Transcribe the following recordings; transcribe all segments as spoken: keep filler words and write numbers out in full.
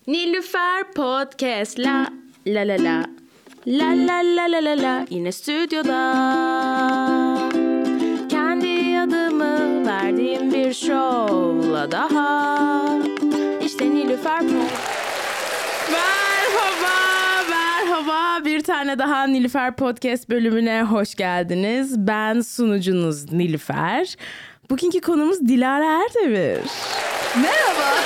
Nilüfer Podcast la la la la la la la la la la yine stüdyoda. Kendi adımı verdiğim bir şovla daha. İşte Nilüfer Podcast. Merhaba, merhaba. Bir tane daha Nilüfer Podcast bölümüne hoş geldiniz. Ben sunucunuz Nilüfer. Bugünkü konumuz Dilara Erdemir. Merhaba.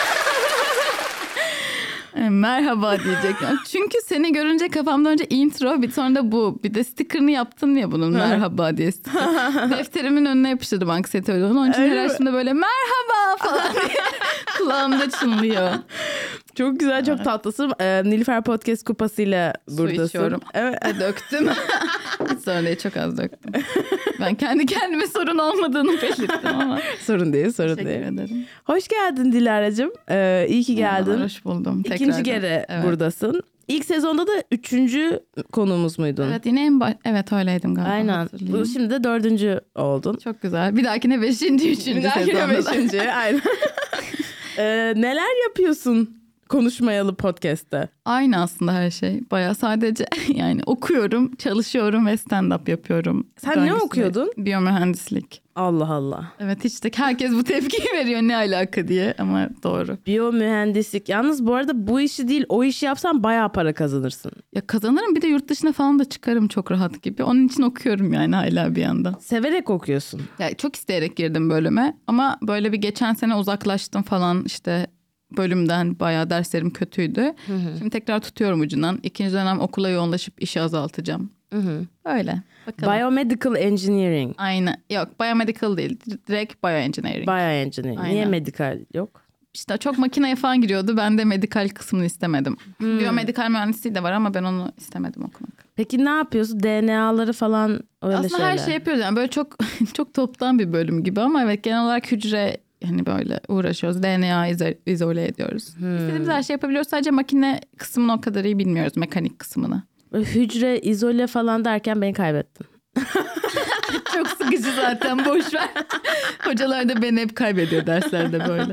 Merhaba diyecektim. Çünkü seni görünce kafamda önce intro, bir sonra da bu. Bir de sticker'ını yaptın ya bunun, merhaba diye. Defterimin önüne yapıştırdım anksiyete. Onun için her açtığımda böyle merhaba falan diye kulağımda çınlıyor. Çok güzel, çok evet. Tatlısın. Ee, Nilüfer Podcast kupasıyla buradasın. Su içiyorum. Evet. Döktüm. Sonra değil, çok az döktüm. Ben kendi kendime sorun olmadığını belirttim ama. Sorun değil, sorun Teşekkür değil. ederim. Hoş geldin Dilara'cığım. Ee, iyi ki geldin. Merhaba, hoş buldum. İkinci tekrardan. kere Evet. buradasın. İlk sezonda da üçüncü konuğumuz muydun? Evet, yine en baş... Evet, öyleydim galiba. Aynen. Bu şimdi de dördüncü oldun. Çok güzel. Bir dahakine beşinci, üçüncü Bir dahakine sezonda. beşinci, aynen. ee, neler yapıyorsun konuşmayalı podcast'te? Aynı aslında her şey. Bayağı sadece yani okuyorum, çalışıyorum ve stand-up yapıyorum. Sen Hangisi? ne okuyordun? Biyomühendislik. Allah Allah. Evet, hiç de herkes bu tepkiyi veriyor ne alaka diye ama doğru. Biyomühendislik. Yalnız bu arada bu işi değil, o işi yapsan bayağı para kazanırsın. Ya kazanırım, bir de yurt dışına falan da çıkarım çok rahat gibi. Onun için okuyorum yani hala bir yandan. Severek okuyorsun. Ya çok isteyerek girdim bölüme ama böyle bir geçen sene uzaklaştım falan işte. Bölümden bayağı derslerim kötüydü. Hı hı. Şimdi tekrar tutuyorum ucundan. İkinci dönem okula yoğunlaşıp işi azaltacağım. Hı hı. Öyle. Bakalım. Biomedical Engineering. Aynen. Yok, biomedical değil. Direkt bioengineering. Bioengineering. Niye medical yok? İşte çok makineye falan giriyordu. Ben de medikal kısmını istemedim. Hmm. Biyomedikal mühendisliği de var ama ben onu istemedim okumak. Peki ne yapıyorsun? D N A'ları falan öyle Aslında şeyler. her şey yapıyoruz. Yani böyle çok çok toptan bir bölüm gibi ama evet, genel olarak hücre yani böyle uğraşıyoruz. D N A izo- izole ediyoruz. Hmm. İstediğimiz her şey yapabiliyoruz. Sadece makine kısmını o kadar iyi bilmiyoruz. Mekanik kısmını. Hücre izole falan derken beni kaybettin. Çok sıkıcı zaten, boş ver. Hocalar da beni hep kaybediyor derslerde böyle.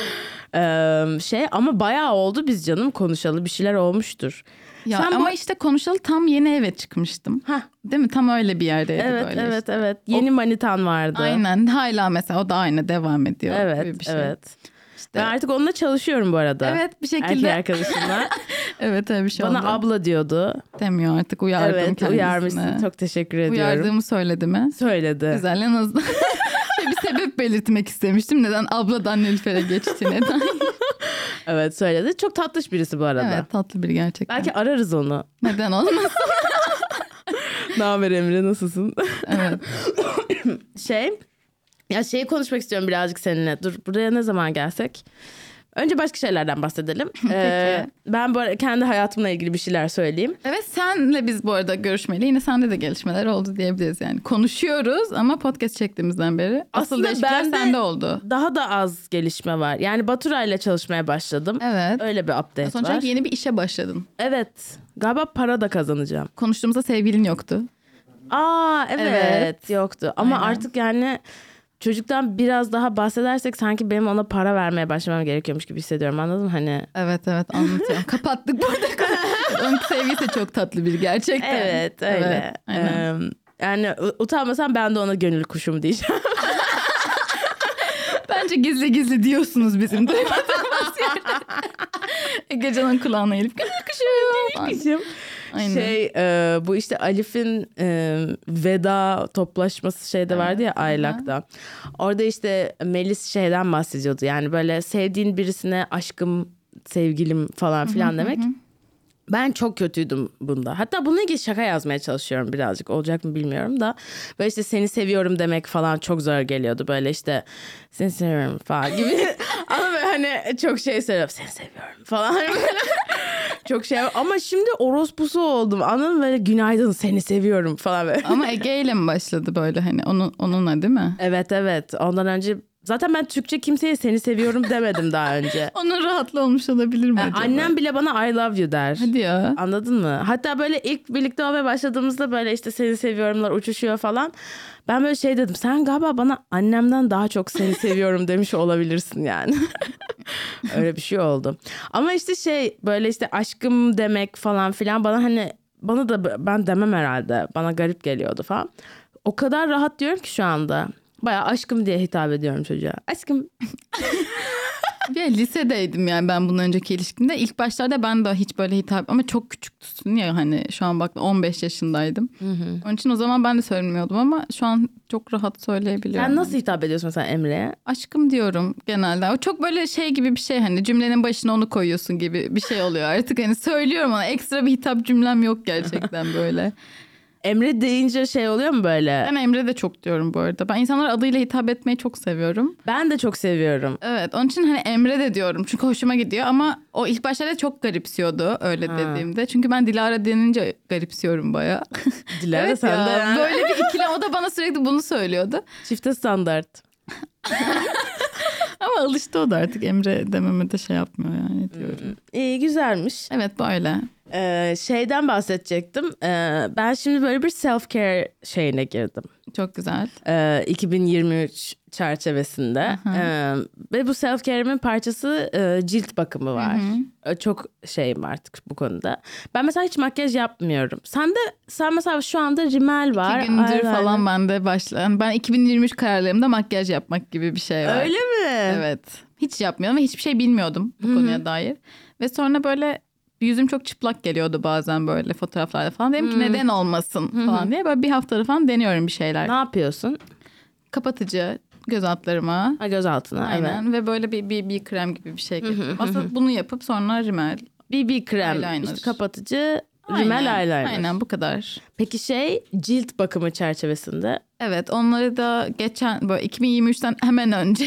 Ee, şey ama bayağı oldu biz canım konuşalı, bir şeyler olmuştur. Ya Sen ama bu... işte konuşalı tam yeni eve çıkmıştım. Hah. Değil mi? Tam öyle bir yerdeydi evet, böyle. Evet işte. evet evet. Yeni o... manitan vardı. Aynen. Hala mesela o da aynı devam ediyor. Evet gibi bir şey. evet. İşte... Ben artık onunla çalışıyorum bu arada. Evet, bir şekilde. Erkek arkadaşımla. Evet, öyle bir şey Bana oldu. abla diyordu. Demiyor artık, uyardım evet, kendisine. Evet, uyarmışsın, çok teşekkür ediyorum. Uyardığımı söyledi mi? Söyledi. Güzel, en azından. Bir sebep belirtmek istemiştim. Neden abladan Nilüfer'e geçti, neden? Evet, söyledi. Çok tatlış birisi bu arada. Evet, tatlı biri gerçekten. Belki ararız onu. Neden olmasın? Ne haber Emre, nasılsın? Evet. Şey, ya şeyi konuşmak istiyorum birazcık seninle. Dur, buraya ne zaman gelsek? Önce başka şeylerden bahsedelim. Ee, ben bu arada kendi hayatımla ilgili bir şeyler söyleyeyim. Evet, senle biz bu arada görüşmeli. Yine sende de gelişmeler oldu diyebiliriz yani. Konuşuyoruz ama podcast çektiğimizden beri. Asıl aslında değişiklikler sende oldu. Daha da az gelişme var. Yani Baturay'la çalışmaya başladım. Evet. Öyle bir update Sonuç var. olarak yeni bir işe başladın. Evet. Galiba para da kazanacağım. Konuştuğumuzda sevgilin yoktu. Aa evet, evet. Yoktu. Ama aynen. Artık yani... Çocuktan biraz daha bahsedersek sanki benim ona para vermeye başlamam gerekiyormuş gibi hissediyorum, anladın mı? Hani... Evet evet, anlatıyorum. Kapattık burada. Onun sevgisi çok tatlı biri gerçekten. Evet öyle. Evet, ee, yani utanmasam ben de ona gönül kuşum diyeceğim. Bence gizli gizli diyorsunuz bizim duymadığımız yerde. Egecan'ın kulağına elip gönül kuşum. Gönül kuşum. Aynen. Şey e, bu işte Alif'in e, veda toplaşması şeyde evet, vardı ya Aylak'ta. Hı. Orada işte Melis şeyden bahsediyordu. Yani böyle sevdiğin birisine aşkım, sevgilim falan filan demek. Hı hı. Ben çok kötüydüm bunda. Hatta bununla ilgili şaka yazmaya çalışıyorum birazcık. Olacak mı bilmiyorum da. Böyle işte seni seviyorum demek falan çok zor geliyordu. Böyle işte seni seviyorum falan gibi. Ama böyle hani çok şey söylüyorum. Seni seviyorum falan. Çok şey ama şimdi orospusu oldum. Anladın mı? Böyle günaydın, seni seviyorum falan böyle. Ama Ege ile mi başladı böyle hani onun, onunla değil mi? Evet evet. Ondan önce Zaten ben Türkçe kimseye seni seviyorum demedim daha önce. Onun rahatlı olmuş olabilir mi Yani acaba? annem bile bana I love you der. Hadi ya. Anladın mı? Hatta böyle ilk birlikte olmaya başladığımızda böyle işte seni seviyorumlar uçuşuyor falan. Ben böyle şey dedim. Sen galiba bana annemden daha çok seni seviyorum demiş olabilirsin yani. Öyle bir şey oldu. Ama işte şey böyle işte aşkım demek falan filan bana hani bana da ben demem herhalde. Bana garip geliyordu falan. O kadar rahat diyorum ki şu anda. Bayağı aşkım diye hitap ediyorum çocuğa. Aşkım. Bir lisedeydim yani ben bundan önceki ilişkimde. İlk başlarda ben de hiç böyle hitap ama çok küçüktüsün ya hani şu an bak on beş yaşındaydım. Hı hı. Onun için o zaman ben de söylemiyordum ama şu an çok rahat söyleyebiliyorum. Sen nasıl hitap ediyorsun mesela Emre'ye? Aşkım diyorum genelde. O çok böyle şey gibi bir şey hani cümlenin başına onu koyuyorsun gibi bir şey oluyor. Artık hani söylüyorum ona ekstra bir hitap cümlem yok gerçekten böyle. Emre deyince şey oluyor mu böyle? Ben Emre de çok diyorum bu arada. Ben insanlara adıyla hitap etmeyi çok seviyorum. Ben de çok seviyorum. Evet onun için hani Emre de diyorum. Çünkü hoşuma gidiyor ama o ilk başlarda çok garipsiyordu öyle ha. dediğimde. Çünkü ben Dilara denince garipsiyorum bayağı. Dilara evet sen ya, de ya. Böyle bir ikilem o da bana sürekli bunu söylüyordu. Çifte standart. Ama alıştı o da artık Emre dememe de şey yapmıyor yani diyorum. Hmm, iyi güzelmiş. Evet böyle. Ee, şeyden bahsedecektim. Ee, ben şimdi böyle bir self-care şeyine girdim. Çok güzel. Ee, iki bin yirmi üç çerçevesinde. Ee, ve bu self-care'imin parçası e, cilt bakımı var. Hı hı. Çok şeyim artık bu konuda. Ben mesela hiç makyaj yapmıyorum. Sen de sen mesela şu anda rimel var. İki gündür eyeliner falan bende başlayan. Ben iki bin yirmi üç kararlarımda makyaj yapmak gibi bir şey var. Öyle mi? Evet. Hiç yapmıyorum ve hiçbir şey bilmiyordum bu Hı-hı. konuya dair. Ve sonra böyle yüzüm çok çıplak geliyordu bazen böyle fotoğraflarda falan. Dedim ki hmm. neden olmasın falan Hı-hı. diye. Böyle bir haftadır falan deniyorum bir şeyler. Ne yapıyorsun? Kapatıcı göz altlarıma. Ha, göz altına. Aynen. Evet. Ve böyle bir, bir, bir krem gibi bir şey getirdim. Aslında bunu yapıp sonra rimel. B B krem, eyeliner. İşte kapatıcı, rimel, eyeliner. Aynen bu kadar. Peki şey cilt bakımı çerçevesinde? Evet onları da geçen böyle iki bin yirmi üçten hemen önce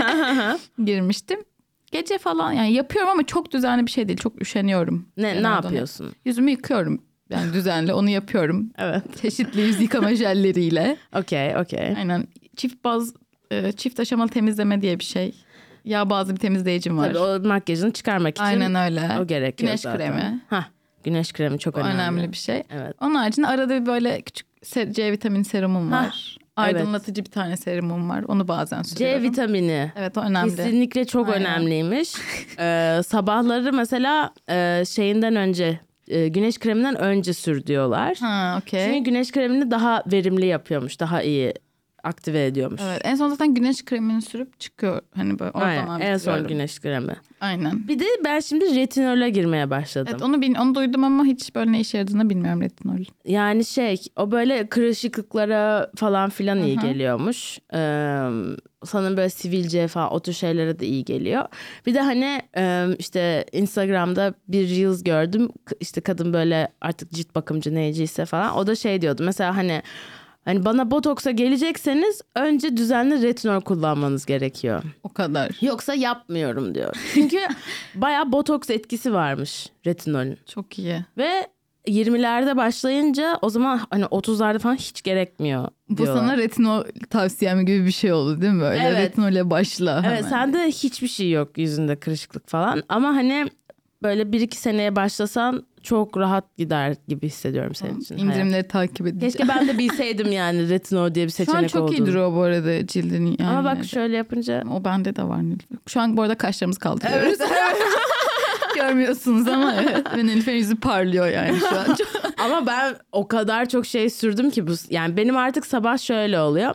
girmiştim. Gece falan yani yapıyorum ama çok düzenli bir şey değil. Çok üşeniyorum. Ne, ne yapıyorsun? Onu. Yüzümü yıkıyorum. Yani düzenli onu yapıyorum. Evet. Çeşitli yüz yıkama jelleriyle. Okey, okey. Aynen. Çift baz, çift aşamalı temizleme diye bir şey. Yağ bazlı bir temizleyicim var. Tabii o makyajını çıkarmak için. Aynen öyle. O gerekiyor Güneş zaten. kremi. Hah, güneş kremi çok önemli. Önemli bir şey. Evet. Onun haricinde arada bir böyle küçük C vitamini serumum var. Hah. Aydınlatıcı evet. bir tane serumum var. Onu bazen sürüyorum. C vitamini. Evet o önemli. Kesinlikle çok Aynen. önemliymiş. ee, sabahları mesela e, şeyinden önce e, güneş kreminden önce sür diyorlar. Ha, okay. Çünkü güneş kremini daha verimli yapıyormuş. Daha iyi aktive ediyormuş. Evet en son zaten güneş kremini sürüp çıkıyor. Hani böyle Aynen en son güneş kremi. Aynen. Bir de ben şimdi retinole girmeye başladım. Evet onu, onu duydum ama hiç böyle ne işe yaradığını bilmiyorum retinol. Yani şey o böyle kırışıklıklara falan filan Hı-hı. iyi geliyormuş. Ee, sanırım böyle sivilce falan o tür şeylere de iyi geliyor. Bir de hani işte Instagram'da bir Reels gördüm. İşte kadın böyle artık cilt bakımcı neyciyse falan. O da şey diyordu mesela hani Hani bana botoksa gelecekseniz önce düzenli retinol kullanmanız gerekiyor. O kadar. Yoksa yapmıyorum diyor. Çünkü bayağı botoks etkisi varmış retinolün. Çok iyi. Ve yirmilerde başlayınca o zaman hani otuzlarda falan hiç gerekmiyor diyorlar. Bu sana retinol tavsiyem gibi bir şey oldu değil mi? Böyle evet. Retinole başla hemen. Evet sende hiçbir şey yok yüzünde kırışıklık falan. Ama hani böyle bir iki seneye başlasan çok rahat gider gibi hissediyorum senin için. İndirimleri hayat. takip edeceğim. Keşke ben de bilseydim yani retinol diye bir seçenek olduğunu. Şu an çok olduğunu. iyi duruyor bu arada cildin. Yani. Ama bak şöyle yapınca. O bende de var Nilüfer. Şu an bu arada kaşlarımızı kaldırıyoruz. Evet. Görmüyorsunuz ama evet. Ve Nilüfer'in yüzü parlıyor yani şu an. Ama ben o kadar çok şey sürdüm ki bu. Yani benim artık sabah şöyle oluyor.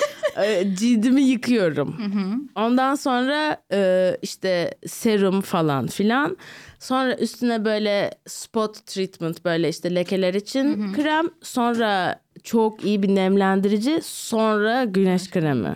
Cildimi yıkıyorum. Hı hı. Ondan sonra işte serum falan filan. Sonra üstüne böyle spot treatment böyle işte lekeler için hı hı. krem. Sonra çok iyi bir nemlendirici. Sonra güneş kremi.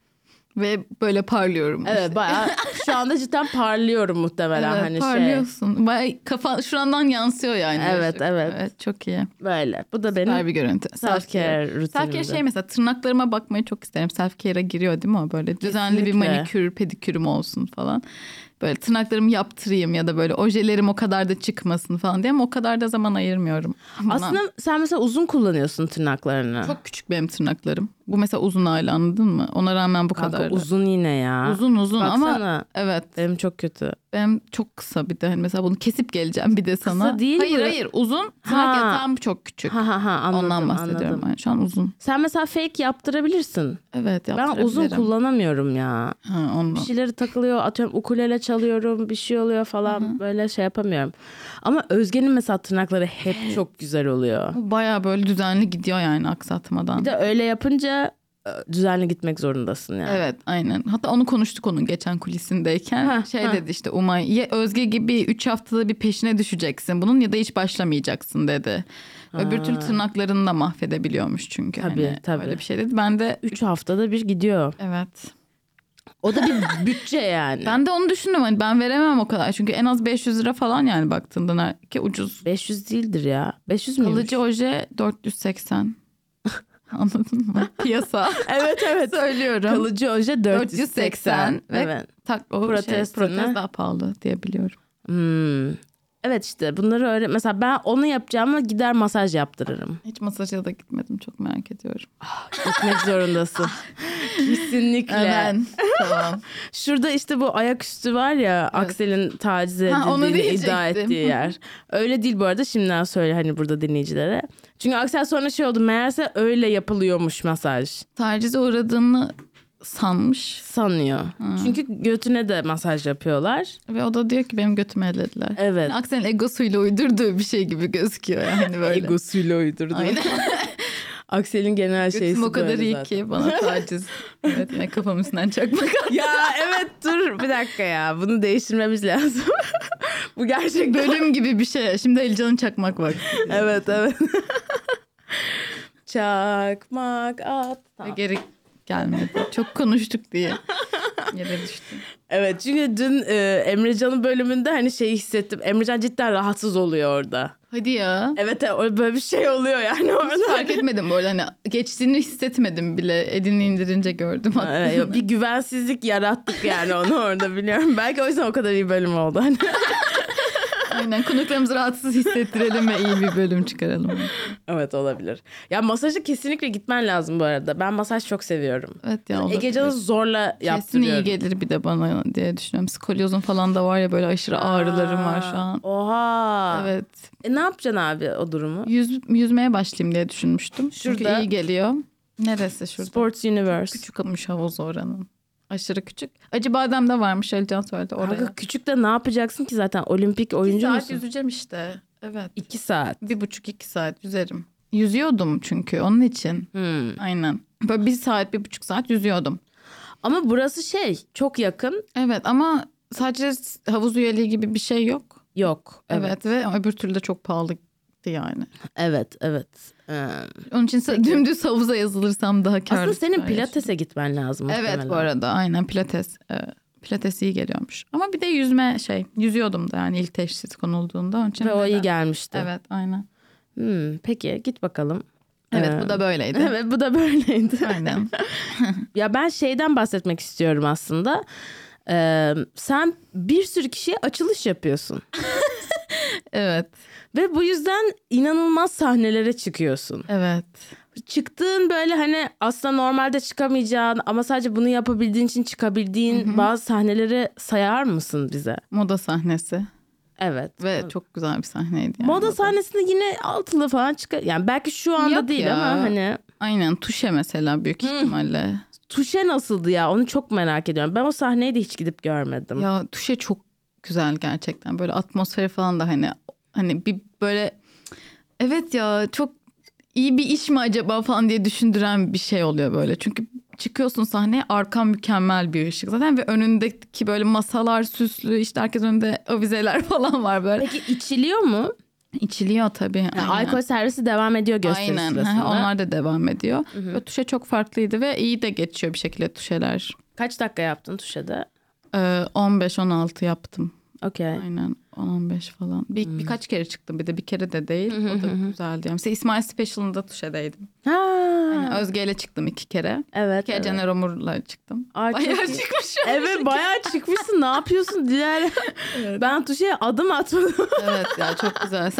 Ve böyle parlıyorum. Evet işte. bayağı şu anda cidden parlıyorum muhtemelen. Evet hani parlıyorsun. Şey. Bayağı kafa şurandan yansıyor yani. Evet işte. evet. Evet çok iyi. Böyle. Bu da benim Süper bir görüntü. self-care rutinimde. Self-care şey mesela tırnaklarıma bakmayı çok isterim. Self-care'a giriyor değil mi o böyle? Düzenli Kesinlikle. Bir manikür, pedikürüm olsun falan. böyle tırnaklarımı yaptırayım ya da böyle ojelerim o kadar da çıkmasın falan diye ama o kadar da zaman ayırmıyorum buna. Aslında sen mesela uzun kullanıyorsun tırnaklarını. Çok küçük benim tırnaklarım. Bu mesela uzun hala, anladın mı? Ona rağmen bu Kanka kadar. uzun yine ya. Uzun uzun Baksana. ama evet. Benim çok kötü. Benim çok kısa bir de. Hani mesela bunu kesip geleceğim bir de sana. Kısa değil hayır mi? hayır uzun. Tırnak Ha. yatağım çok küçük. Ha ha ha anladım. Ondan bahsediyorum. Anladım. Yani şu an uzun. Sen mesela fake yaptırabilirsin. Evet Ben yaptırabilirim. uzun kullanamıyorum ya. Ha, ondan. Bir şeyleri takılıyor, atıyorum ukulele çalıyorum, bir şey oluyor falan. Hı-hı. Böyle şey yapamıyorum. Ama Özge'nin mesela tırnakları hep çok güzel oluyor. Bayağı böyle düzenli gidiyor yani, aksatmadan. Bir de öyle yapınca düzenli gitmek zorundasın yani. Evet aynen. Hatta onu konuştuk onun geçen kulisindeyken. Ha, şey ha. dedi işte Umay, ya Özge gibi üç haftada bir peşine düşeceksin bunun ya da hiç başlamayacaksın dedi. Ha. Öbür türlü tırnaklarını da mahvedebiliyormuş çünkü. Tabii hani tabii. Öyle bir şey dedi. Ben de üç haftada bir gidiyor. Evet. O da bir bütçe yani. Ben de onu düşündüm. Hani ben veremem o kadar. Çünkü en az beş yüz lira falan yani baktığında ki ucuz. beş yüz değildir ya. beş yüz miymiş? Kalıcı oje dört yüz seksen. Anladın mı? Piyasa. Evet evet. Söylüyorum. Kalıcı oje dört yüz seksen. Ve evet. Tak, o protez, şey, protez daha pahalı diye biliyorum. Hmm. Evet işte bunları öyle. Mesela ben onu yapacağıma gider masaj yaptırırım. Hiç masaja da gitmedim. Çok merak ediyorum. Ah, gitmek zorundasın. Kesinlikle. Hemen. Tamam. Şurada işte bu ayaküstü var ya, evet. Aksel'in taciz edildiğini iddia ettiği yer. Öyle değil bu arada, şimdiden söyle hani burada dinleyicilere. Çünkü Aksel sonra şey oldu, meğerse öyle yapılıyormuş masaj. Tacize uğradığını sanmış. Sanıyor. Hmm. Çünkü götüne de masaj yapıyorlar. Ve o da diyor ki benim götümü ellediler. Evet. Yani Aksel'in egosuyla uydurduğu bir şey gibi gözüküyor yani böyle. Egosuyla uydurdu. Aynen. Aksel'in genel şeysi götüm o kadar iyi zaten. ki bana taciz. Evet, yine kafam üstünden çakmak. Ya evet dur bir dakika ya, bunu değiştirmemiz lazım. Bu gerçek bölüm gibi bir şey. Şimdi Elcan'ın çakmak vakti. Evet evet. Çakmak at. Tamam. Geri gelmedi. Çok konuştuk diye. Yere düştüm. Evet çünkü dün e, Emrecan'ın bölümünde hani şeyi hissettim. Emrecan cidden rahatsız oluyor orada. Hadi ya. Evet böyle bir şey oluyor yani orada. Hiç fark etmedim böyle, hani geçtiğini hissetmedim bile. Elini indirince gördüm hatta. Evet, bir güvensizlik yarattık yani onu orada, biliyorum. Belki o yüzden o kadar iyi bölüm oldu. Hani. Aynen, konuklarımızı rahatsız hissettirelim ve iyi bir bölüm çıkaralım. Evet olabilir. Ya masajı kesinlikle gitmen lazım bu arada. Ben masaj çok seviyorum. Evet ya, olabilir. Egecan'ı zorla yaptırıyorum. Kesin iyi gelir bir de bana diye düşünüyorum. Skolyozum falan da var ya, böyle aşırı ağrılarım var şu an. Oha. Evet. E ne yapacaksın abi o durumu? Yüz, yüzmeye başlayayım diye düşünmüştüm. Şurada. Çünkü iyi geliyor. Neresi şurada? Sports Universe. Çok küçükmüş havuzu oranın. Aşırı küçük. Acıbadem'de varmış, Alican söyledi oraya. Kanka küçük de ne yapacaksın ki, zaten olimpik oyuncu musun? İki saat yüzeceğim işte. Evet. İki saat. Bir buçuk iki saat yüzerim. Yüzüyordum çünkü onun için. Hmm. Aynen. Böyle bir saat bir buçuk saat yüzüyordum. Ama burası şey çok yakın. Evet ama sadece havuz üyeliği gibi bir şey yok. Yok. Evet, evet ve öbür türlü de çok pahalıydı yani. Evet evet. Ee, Onun için dümdüz havuza yazılırsam daha kârlı. Aslında senin pilatese gitmen lazım. Evet muhtemelen. bu arada aynen pilates. Pilates iyi geliyormuş. Ama bir de yüzme şey yüzüyordum da yani ilk teşhis konulduğunda. Onun için ve o neden? iyi gelmişti. Evet aynen. Hmm, peki git bakalım. Evet ee, bu da böyleydi. Evet bu da böyleydi. Aynen. Ya ben şeyden bahsetmek istiyorum aslında. Ee, sen bir sürü kişiye açılış yapıyorsun. Evet. Ve bu yüzden inanılmaz sahnelere çıkıyorsun. Evet. Çıktığın böyle hani aslında normalde çıkamayacağın ama sadece bunu yapabildiğin için çıkabildiğin Hı-hı. bazı sahneleri sayar mısın bize? Moda sahnesi. Evet. Ve çok güzel bir sahneydi. Yani moda sahnesinde yine altılı falan çıkar. Yani belki şu anda Yok değil ya. Ama hani. Aynen Tuşe mesela büyük Hı. ihtimalle. Tuşe nasıldı ya? Onu çok merak ediyorum. Ben o sahneyi de hiç gidip görmedim. Ya Tuşe çok güzel gerçekten. Böyle atmosferi falan da hani hani bir böyle evet ya çok iyi bir iş mi acaba falan diye düşündüren bir şey oluyor böyle. Çünkü çıkıyorsun sahneye, arkan mükemmel bir ışık zaten ve önündeki böyle masalar süslü, işte herkes önünde avizeler falan var böyle. Peki içiliyor mu? İçiliyor tabii. Yani alkol servisi devam ediyor gösteri aynen. sırasında. Onlar da devam ediyor. Ve Tuşe çok farklıydı ve iyi de geçiyor bir şekilde Tuşeler. Kaç dakika yaptın Tuşe'de? Ee, on beş on altı yaptım. Okey. Aynen on on beş falan. Bir, hmm. Birkaç kere çıktım bir de bir kere de değil. O da güzeldi. Yani. Mesela İsmail Special'ında Tuşe'deydim. Ha. Yani Özge ile çıktım iki kere. Evet. Bir kere evet. Caner Omur'la çıktım. Aa, bayağı çıkmışım. Evet bayağı çıkmışsın. Ne yapıyorsun diğer? Evet. Ben Tuşe'ye adım atmadım. Evet ya çok güzel.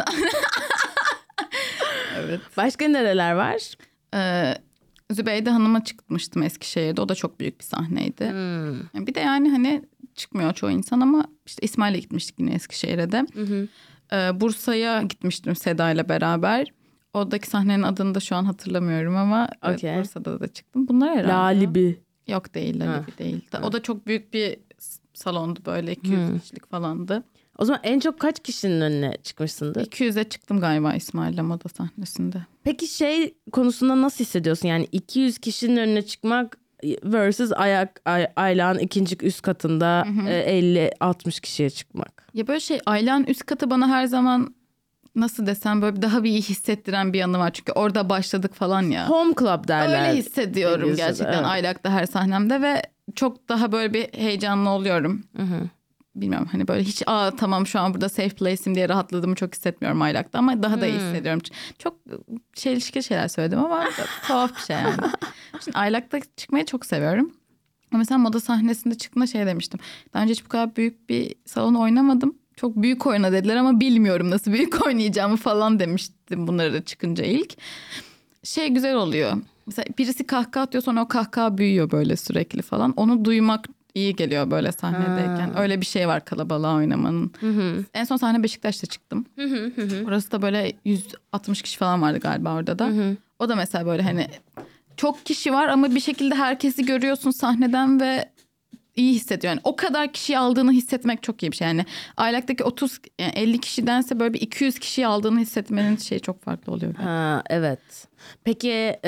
Evet. Başka nereler var? Ee, Zübeyde Hanım'a çıkmıştım Eskişehir'de. O da çok büyük bir sahneydi. Hmm. Bir de yani hani çıkmıyor çoğu insan ama işte İsmail'le gitmiştik yine Eskişehir'e de. Hı hı. Ee, Bursa'ya gitmiştim Seda ile beraber. Oradaki sahnenin adını da şu an hatırlamıyorum ama okay. Evet, Bursa'da da çıktım. Bunlar herhalde. Lalibi. Yok değil Lalibi değil. Ha. O da çok büyük bir salondu böyle iki yüz hmm. kişilik falandı. O zaman en çok kaç kişinin önüne çıkmışsındır? iki yüze çıktım galiba İsmail'le moda sahnesinde. Peki şey konusunda nasıl hissediyorsun? Yani iki yüz kişinin önüne çıkmak versus ayak ay, Aylak'ın ikinci üst katında elli altmış kişiye çıkmak. Ya böyle şey Aylak'ın üst katı bana her zaman nasıl desem böyle daha bir iyi hissettiren bir yanı var. Çünkü orada başladık falan ya. Home club derler. Öyle hissediyorum İngilizce'de, gerçekten evet. Aylak'ta her sahnemde ve çok daha böyle bir heyecanlı oluyorum. Hı hı. Bilmiyorum hani böyle hiç aa tamam şu an burada safe place'im diye rahatladığımı çok hissetmiyorum Aylak'ta ama daha da iyi hissediyorum. Çok çelişki şeyler söyledim ama tuhaf bir şey yani. Şimdi Aylak'ta çıkmayı çok seviyorum. Ama mesela moda sahnesinde çıktığında şey demiştim. Daha önce hiç bu kadar büyük bir salon oynamadım. Çok büyük oyna dediler ama bilmiyorum nasıl büyük oynayacağımı falan demiştim bunları da çıkınca ilk. Şey güzel oluyor. Mesela birisi kahkaha atıyor sonra o kahkaha büyüyor böyle sürekli falan. Onu duymak iyi geliyor böyle sahnedeyken. Ha. Öyle bir şey var kalabalığa oynamanın. Hı hı. En son sahne Beşiktaş'ta çıktım. Hı hı hı. Orası da böyle yüz altmış kişi falan vardı galiba orada da. Hı hı. O da mesela böyle hani çok kişi var ama bir şekilde herkesi görüyorsun sahneden ve iyi hissediyor. Yani o kadar kişiyi aldığını hissetmek çok iyi bir şey. Yani Aylak'taki otuz yani elli kişidense böyle bir iki yüz kişiyi aldığını hissetmenin şeyi çok farklı oluyor. Ha evet. Peki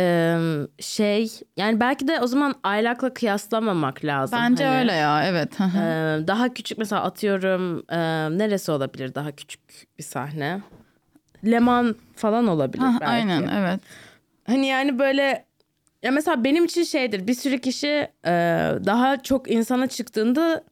şey yani belki de o zaman Aylak'la kıyaslamamak lazım. Bence hani, öyle ya evet. Daha küçük mesela atıyorum neresi olabilir daha küçük bir sahne? Leman falan olabilir ha, belki. Aynen evet. Hani yani böyle ya mesela benim için şeydir bir sürü kişi e, daha çok insana çıktığında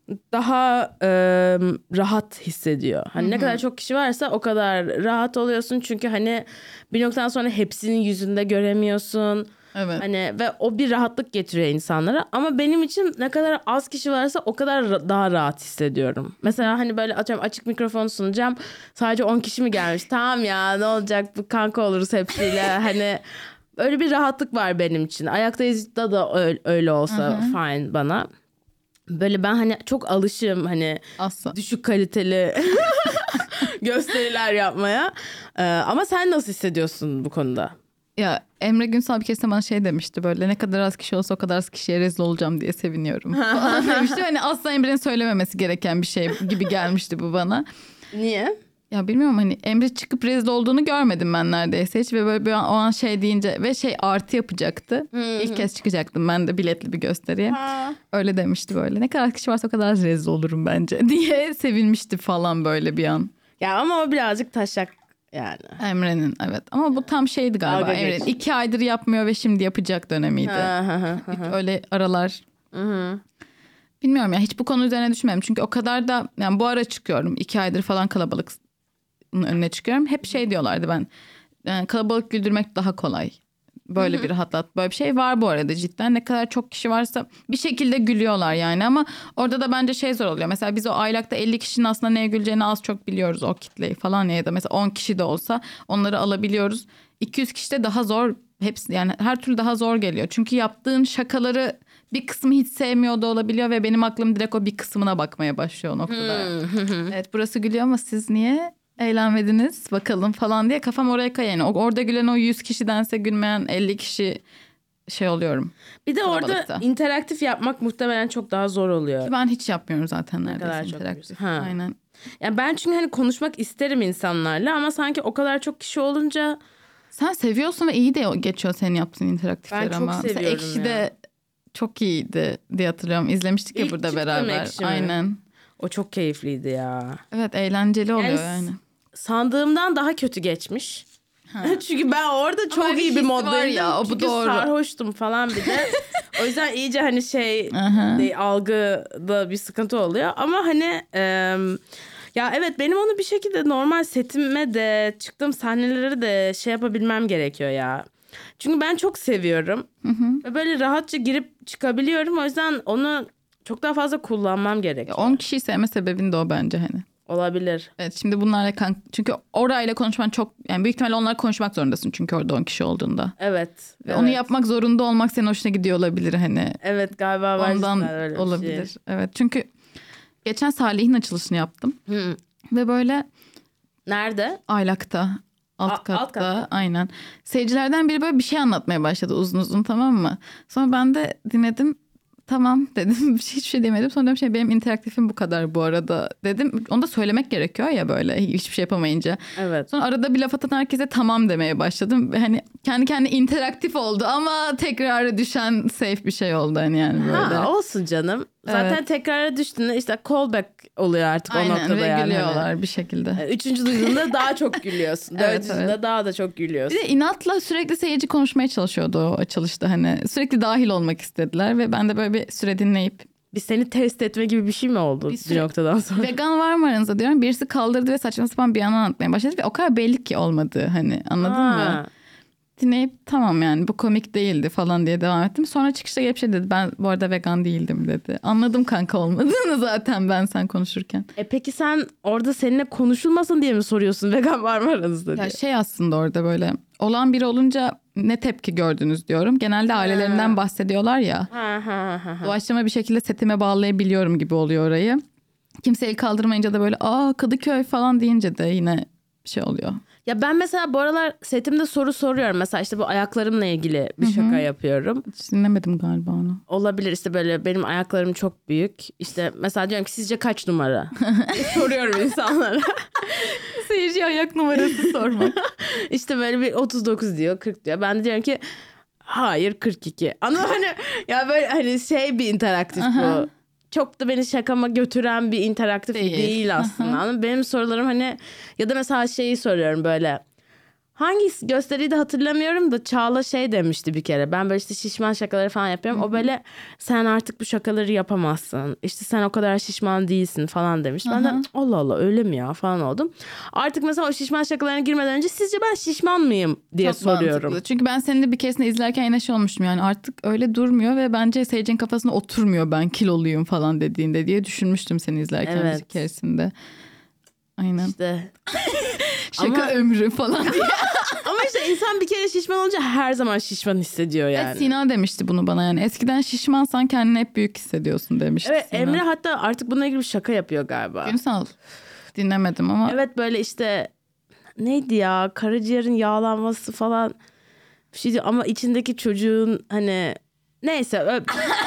daha e, rahat hissediyor. Hani Hı-hı. ne kadar çok kişi varsa o kadar rahat oluyorsun. Çünkü hani bir noktadan sonra hepsinin yüzünde göremiyorsun. Evet. Hani ve o bir rahatlık getiriyor insanlara. Ama benim için ne kadar az kişi varsa o kadar ra- daha rahat hissediyorum. Mesela hani böyle atıyorum açık mikrofon sunacağım. Sadece on kişi mi gelmiş? Tamam ya ne olacak bu kanka oluruz hepsiyle. Hani öyle bir rahatlık var benim için. Ayaktayız da da öyle, öyle olsa Hı-hı. fine bana. Böyle ben hani çok alışığım hani Asla. düşük kaliteli gösteriler yapmaya. Ee, ama sen nasıl hissediyorsun bu konuda? Ya Emre Günsal bir keresinde bana şey demişti böyle ne kadar az kişi olsa o kadar az kişiye rezil olacağım diye seviniyorum falan demişti. Hani asla Emre'nin söylememesi gereken bir şey gibi gelmişti bu bana. Niye? Ya bilmiyorum hani Emre çıkıp rezil olduğunu görmedim ben neredeyse hiç ve böyle bir an, o an şey deyince ve şey artı yapacaktı. Hı-hı. İlk kez çıkacaktım ben de biletli bir gösteriye. Ha. Öyle demişti böyle ne kadar kişi varsa o kadar az rezil olurum bence diye sevinmişti falan böyle bir an. Ya ama o birazcık taşak yani. Emre'nin evet ama bu tam şeydi galiba Emre'nin iki aydır yapmıyor ve şimdi yapacak dönemiydi. Öyle aralar. Hı-hı. Bilmiyorum ya hiç bu konu üzerine düşünmedim çünkü o kadar da yani bu ara çıkıyorum iki aydır falan kalabalık önüne çıkıyorum. Hep şey diyorlardı ben yani kalabalık güldürmek daha kolay. Böyle Hı-hı. bir rahatlat. Böyle bir şey var bu arada cidden. Ne kadar çok kişi varsa bir şekilde gülüyorlar yani. Ama orada da bence şey zor oluyor. Mesela biz o Aylak'ta elli kişinin aslında neye güleceğini az çok biliyoruz o kitleyi falan. Ya da mesela on kişi de olsa onları alabiliyoruz. iki yüz kişi de daha zor. Hepsi yani her türlü daha zor geliyor. Çünkü yaptığın şakaları bir kısmı hiç sevmiyor da olabiliyor. Ve benim aklım direkt o bir kısmına bakmaya başlıyor o noktada. Evet burası gülüyor ama siz niye eğlenmediniz bakalım falan diye kafam oraya kayıyor. Yani orada gülen o yüz kişidense gülmeyen elli kişi şey oluyorum. Bir de orada interaktif yapmak muhtemelen çok daha zor oluyor. Ki ben hiç yapmıyorum zaten neredeyse interaktif. Aynen. Yani ben çünkü hani konuşmak isterim insanlarla ama sanki o kadar çok kişi olunca. Sen seviyorsun ve iyi de geçiyor senin yaptığın interaktifler ama. Ben çok seviyorum Ekşi'de ya. Çok iyiydi diye hatırlıyorum. İzlemiştik ya İlk burada beraber. Ekşi mi? Aynen. O çok keyifliydi ya. Evet eğlenceli oluyor yani. yani. Sandığımdan daha kötü geçmiş. Çünkü ben orada çok Ama iyi bir moddaydım. Ya, o bu Çünkü doğru. sarhoştum falan bir de. O yüzden iyice hani şey de, algıda bir sıkıntı oluyor. Ama hani e, ya evet benim onu bir şekilde normal setime de çıktığım sahneleri de şey yapabilmem gerekiyor ya. Çünkü ben çok seviyorum. Hı hı. Ve böyle rahatça girip çıkabiliyorum. O yüzden onu çok daha fazla kullanmam gerekiyor. on kişiyi sevme sebebin de o bence hani. Olabilir. Evet, şimdi bunlarla kan çünkü orayla konuşman çok, yani büyük ihtimalle onlarla konuşmak zorundasın çünkü orada on kişi olduğunda. Evet. Ve evet. onu yapmak zorunda olmak senin hoşuna gidiyor olabilir hani. Evet galiba var. Ondan öyle bir olabilir. Şey. Evet, çünkü geçen Salih'in açılışını yaptım. Hı. Ve böyle nerede? Aylak'ta. Alt katta, alt katta. Aynen. Seyircilerden biri böyle bir şey anlatmaya başladı uzun uzun, tamam mı? Sonra ben de dinledim. Tamam dedim. Hiçbir şey demedim. Sonra dedim şey, benim interaktifim bu kadar bu arada dedim. Onu da söylemek gerekiyor ya böyle hiçbir şey yapamayınca. Evet. Sonra arada bir laf atan herkese tamam demeye başladım. Ve hani kendi kendine interaktif oldu ama tekrara düşen safe bir şey oldu hani yani böyle. Ha, olsun canım. Zaten evet. Tekrara düştüğünde işte callback oluyor artık. Aynen, o noktada ve yani. gülüyorlar hani. Bir şekilde. Üçüncü duyduğunda daha çok gülüyorsun. evet, Dördüncüde evet. daha da çok gülüyorsun. Bir de inatla sürekli seyirci konuşmaya çalışıyordu o açılışta hani. Sürekli dahil olmak istediler ve ben de böyle bir süre dinleyip. Biz seni test etme gibi bir şey mi oldu bir, süre, bir noktadan sonra? Vegan var mı aranızda diyorum. Birisi kaldırdı ve saçma sapan bir yandan anlatmaya başladı. Ve o kadar belli ki olmadı hani, anladın ha. mı? Dinleyip tamam yani bu komik değildi falan diye devam ettim. Sonra çıkışta gelip şey dedi, ben bu arada vegan değildim dedi. Anladım kanka olmadığını zaten ben sen konuşurken. E peki sen orada seninle konuşulmasın diye mi soruyorsun vegan var mı aranızda diye? Ya şey aslında orada böyle olan biri olunca ne tepki gördünüz diyorum. Genelde ailelerinden ha. bahsediyorlar ya. Ha, ha, ha, ha. Doğaçlama bir şekilde setime bağlayabiliyorum gibi oluyor orayı. Kimse el kaldırmayınca da böyle aa Kadıköy falan deyince de yine şey oluyor. Ya ben mesela bu aralar setimde soru soruyorum. Mesela işte bu ayaklarımla ilgili bir şaka Hı-hı. yapıyorum. Hiç dinlemedim galiba onu. Olabilir işte böyle benim ayaklarım çok büyük. İşte mesela diyorum ki sizce kaç numara? Soruyorum insanlara. Seyirci ayak numarası sormak. İşte böyle bir otuz dokuz diyor, kırk diyor. Ben de diyorum ki hayır kırk iki. Ama hani ya böyle hani şey bir interaktif Aha. bu. Çok da beni şakama götüren bir interaktif değil, değil aslında. Benim sorularım hani ya da mesela şeyi soruyorum böyle. Hangi gösteriyi de hatırlamıyorum da Çağla şey demişti bir kere. Ben böyle işte şişman şakaları falan yapıyorum. Hı-hı. O böyle sen artık bu şakaları yapamazsın. İşte sen o kadar şişman değilsin falan demiş. Hı-hı. Ben de Allah Allah öyle mi ya falan oldum. Artık mesela o şişman şakalarına girmeden önce sizce ben şişman mıyım diye Çok soruyorum. Mantıklı. Çünkü ben seninle bir keresinde izlerken yine şey olmuştum yani artık öyle durmuyor ve bence seyircinin kafasına oturmuyor ben kiloluyum falan dediğinde diye düşünmüştüm seni izlerken evet. bir keresinde. Aynen. İşte. Şaka Ama... ömrü falan diye. Ama işte insan bir kere şişman olunca her zaman şişman hissediyor yani. Evet, Sina demişti bunu bana yani. Eskiden şişmansan kendini hep büyük hissediyorsun demişti Evet, Sina. Emre hatta artık bununla ilgili bir şaka yapıyor galiba. Günsal. Dinlemedim ama. Evet böyle işte neydi ya karaciğerin yağlanması falan bir şeydi ama içindeki çocuğun hani neyse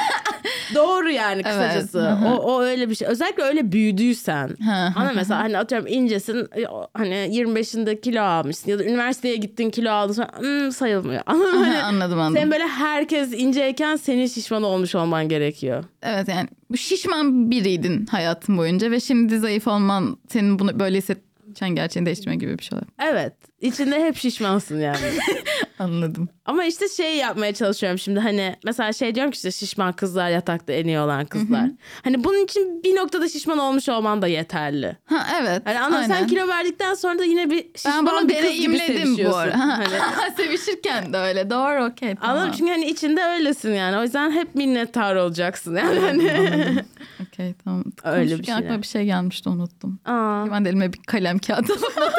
doğru yani kısacası. Evet. O, o öyle bir şey. Özellikle öyle büyüdüysen. Ana mesela hani atıyorum incesin hani yirmi beşinde kilo almışsın ya da üniversiteye gittin kilo aldın sonra hmm, sayılmıyor. Anladın mı? Hani anladım anladım. Sen böyle herkes inceyken senin şişman olmuş olman gerekiyor. Evet yani bu şişman biriydin hayatın boyunca ve şimdi zayıf olman senin bunu böyle hissedeceğin gerçeğini değiştirme gibi bir şey olur. Evet. İçinde hep şişmansın yani. Anladım. Ama işte şey yapmaya çalışıyorum şimdi hani mesela şey diyorum ki işte şişman kızlar yatakta en iyi olan kızlar. Hı hı. Hani bunun için bir noktada şişman olmuş olman da yeterli. Ha evet. Hani ama sen kilo verdikten sonra da yine bir şişman ben bir kız gibi sevişiyorsun. Hani. Sevişirken de öyle doğru okey tamam. Anladım çünkü hani içinde öylesin yani. O yüzden hep minnettar olacaksın yani. Hani. Okey tamam. Öyle bir şey. Aklıma bir şey gelmişti unuttum. Aa. Ben de elime bir kalem kağıdı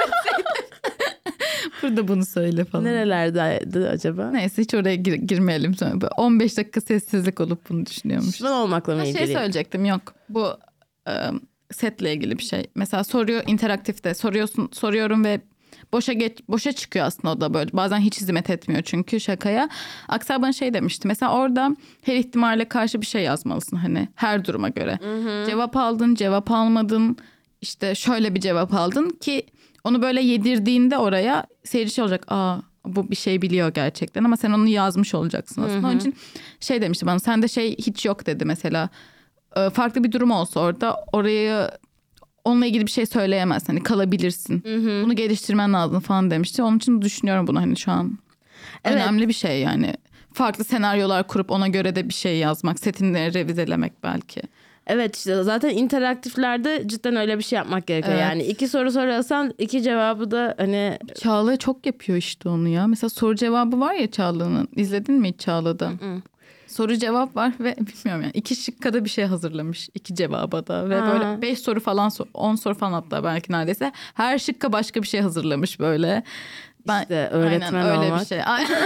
burada bunu söyle falan. Nerelerdeydi acaba? Neyse hiç oraya gir- girmeyelim. Sonra on beş dakika sessizlik olup bunu düşünüyormuş. Şişman olmakla mı ilgili? Şey söyleyecektim yok. Bu ıı, setle ilgili bir şey. Mesela soruyor interaktifte soruyorsun soruyorum ve boşa geç boşa çıkıyor aslında o da böyle. Bazen hiç hizmet etmiyor çünkü şakaya. Aksel bana şey demişti. Mesela orada her ihtimale karşı bir şey yazmalısın hani her duruma göre. Hı hı. Cevap aldın, cevap almadın. İşte şöyle bir cevap aldın ki onu böyle yedirdiğinde oraya seyirci şey olacak. Aa bu bir şey biliyor gerçekten ama sen onu yazmış olacaksın aslında. Hı hı. Onun için şey demişti bana sende şey hiç yok dedi mesela. Farklı bir durum olsa orada orayı onunla ilgili bir şey söyleyemez. Hani kalabilirsin. Hı hı. Bunu geliştirmen lazım falan demişti. Onun için düşünüyorum bunu hani şu an. Evet. Önemli bir şey yani. Farklı senaryolar kurup ona göre de bir şey yazmak. Setini revizelemek belki. Evet işte zaten interaktiflerde cidden öyle bir şey yapmak gerekiyor. Evet. Yani iki soru soruyorsan iki cevabı da hani... Çağla çok yapıyor işte onu ya. Mesela soru cevabı var ya Çağla'nın. İzledin mi hiç Çağla'da? Hı hı. Soru cevap var ve bilmiyorum yani iki şıkkada bir şey hazırlamış. İki cevaba da ve ha. böyle beş soru falan on soru falan hatta belki neredeyse. Her şıkka başka bir şey hazırlamış böyle. Ben, işte öğretmen aynen, olmak. Öyle bir şey.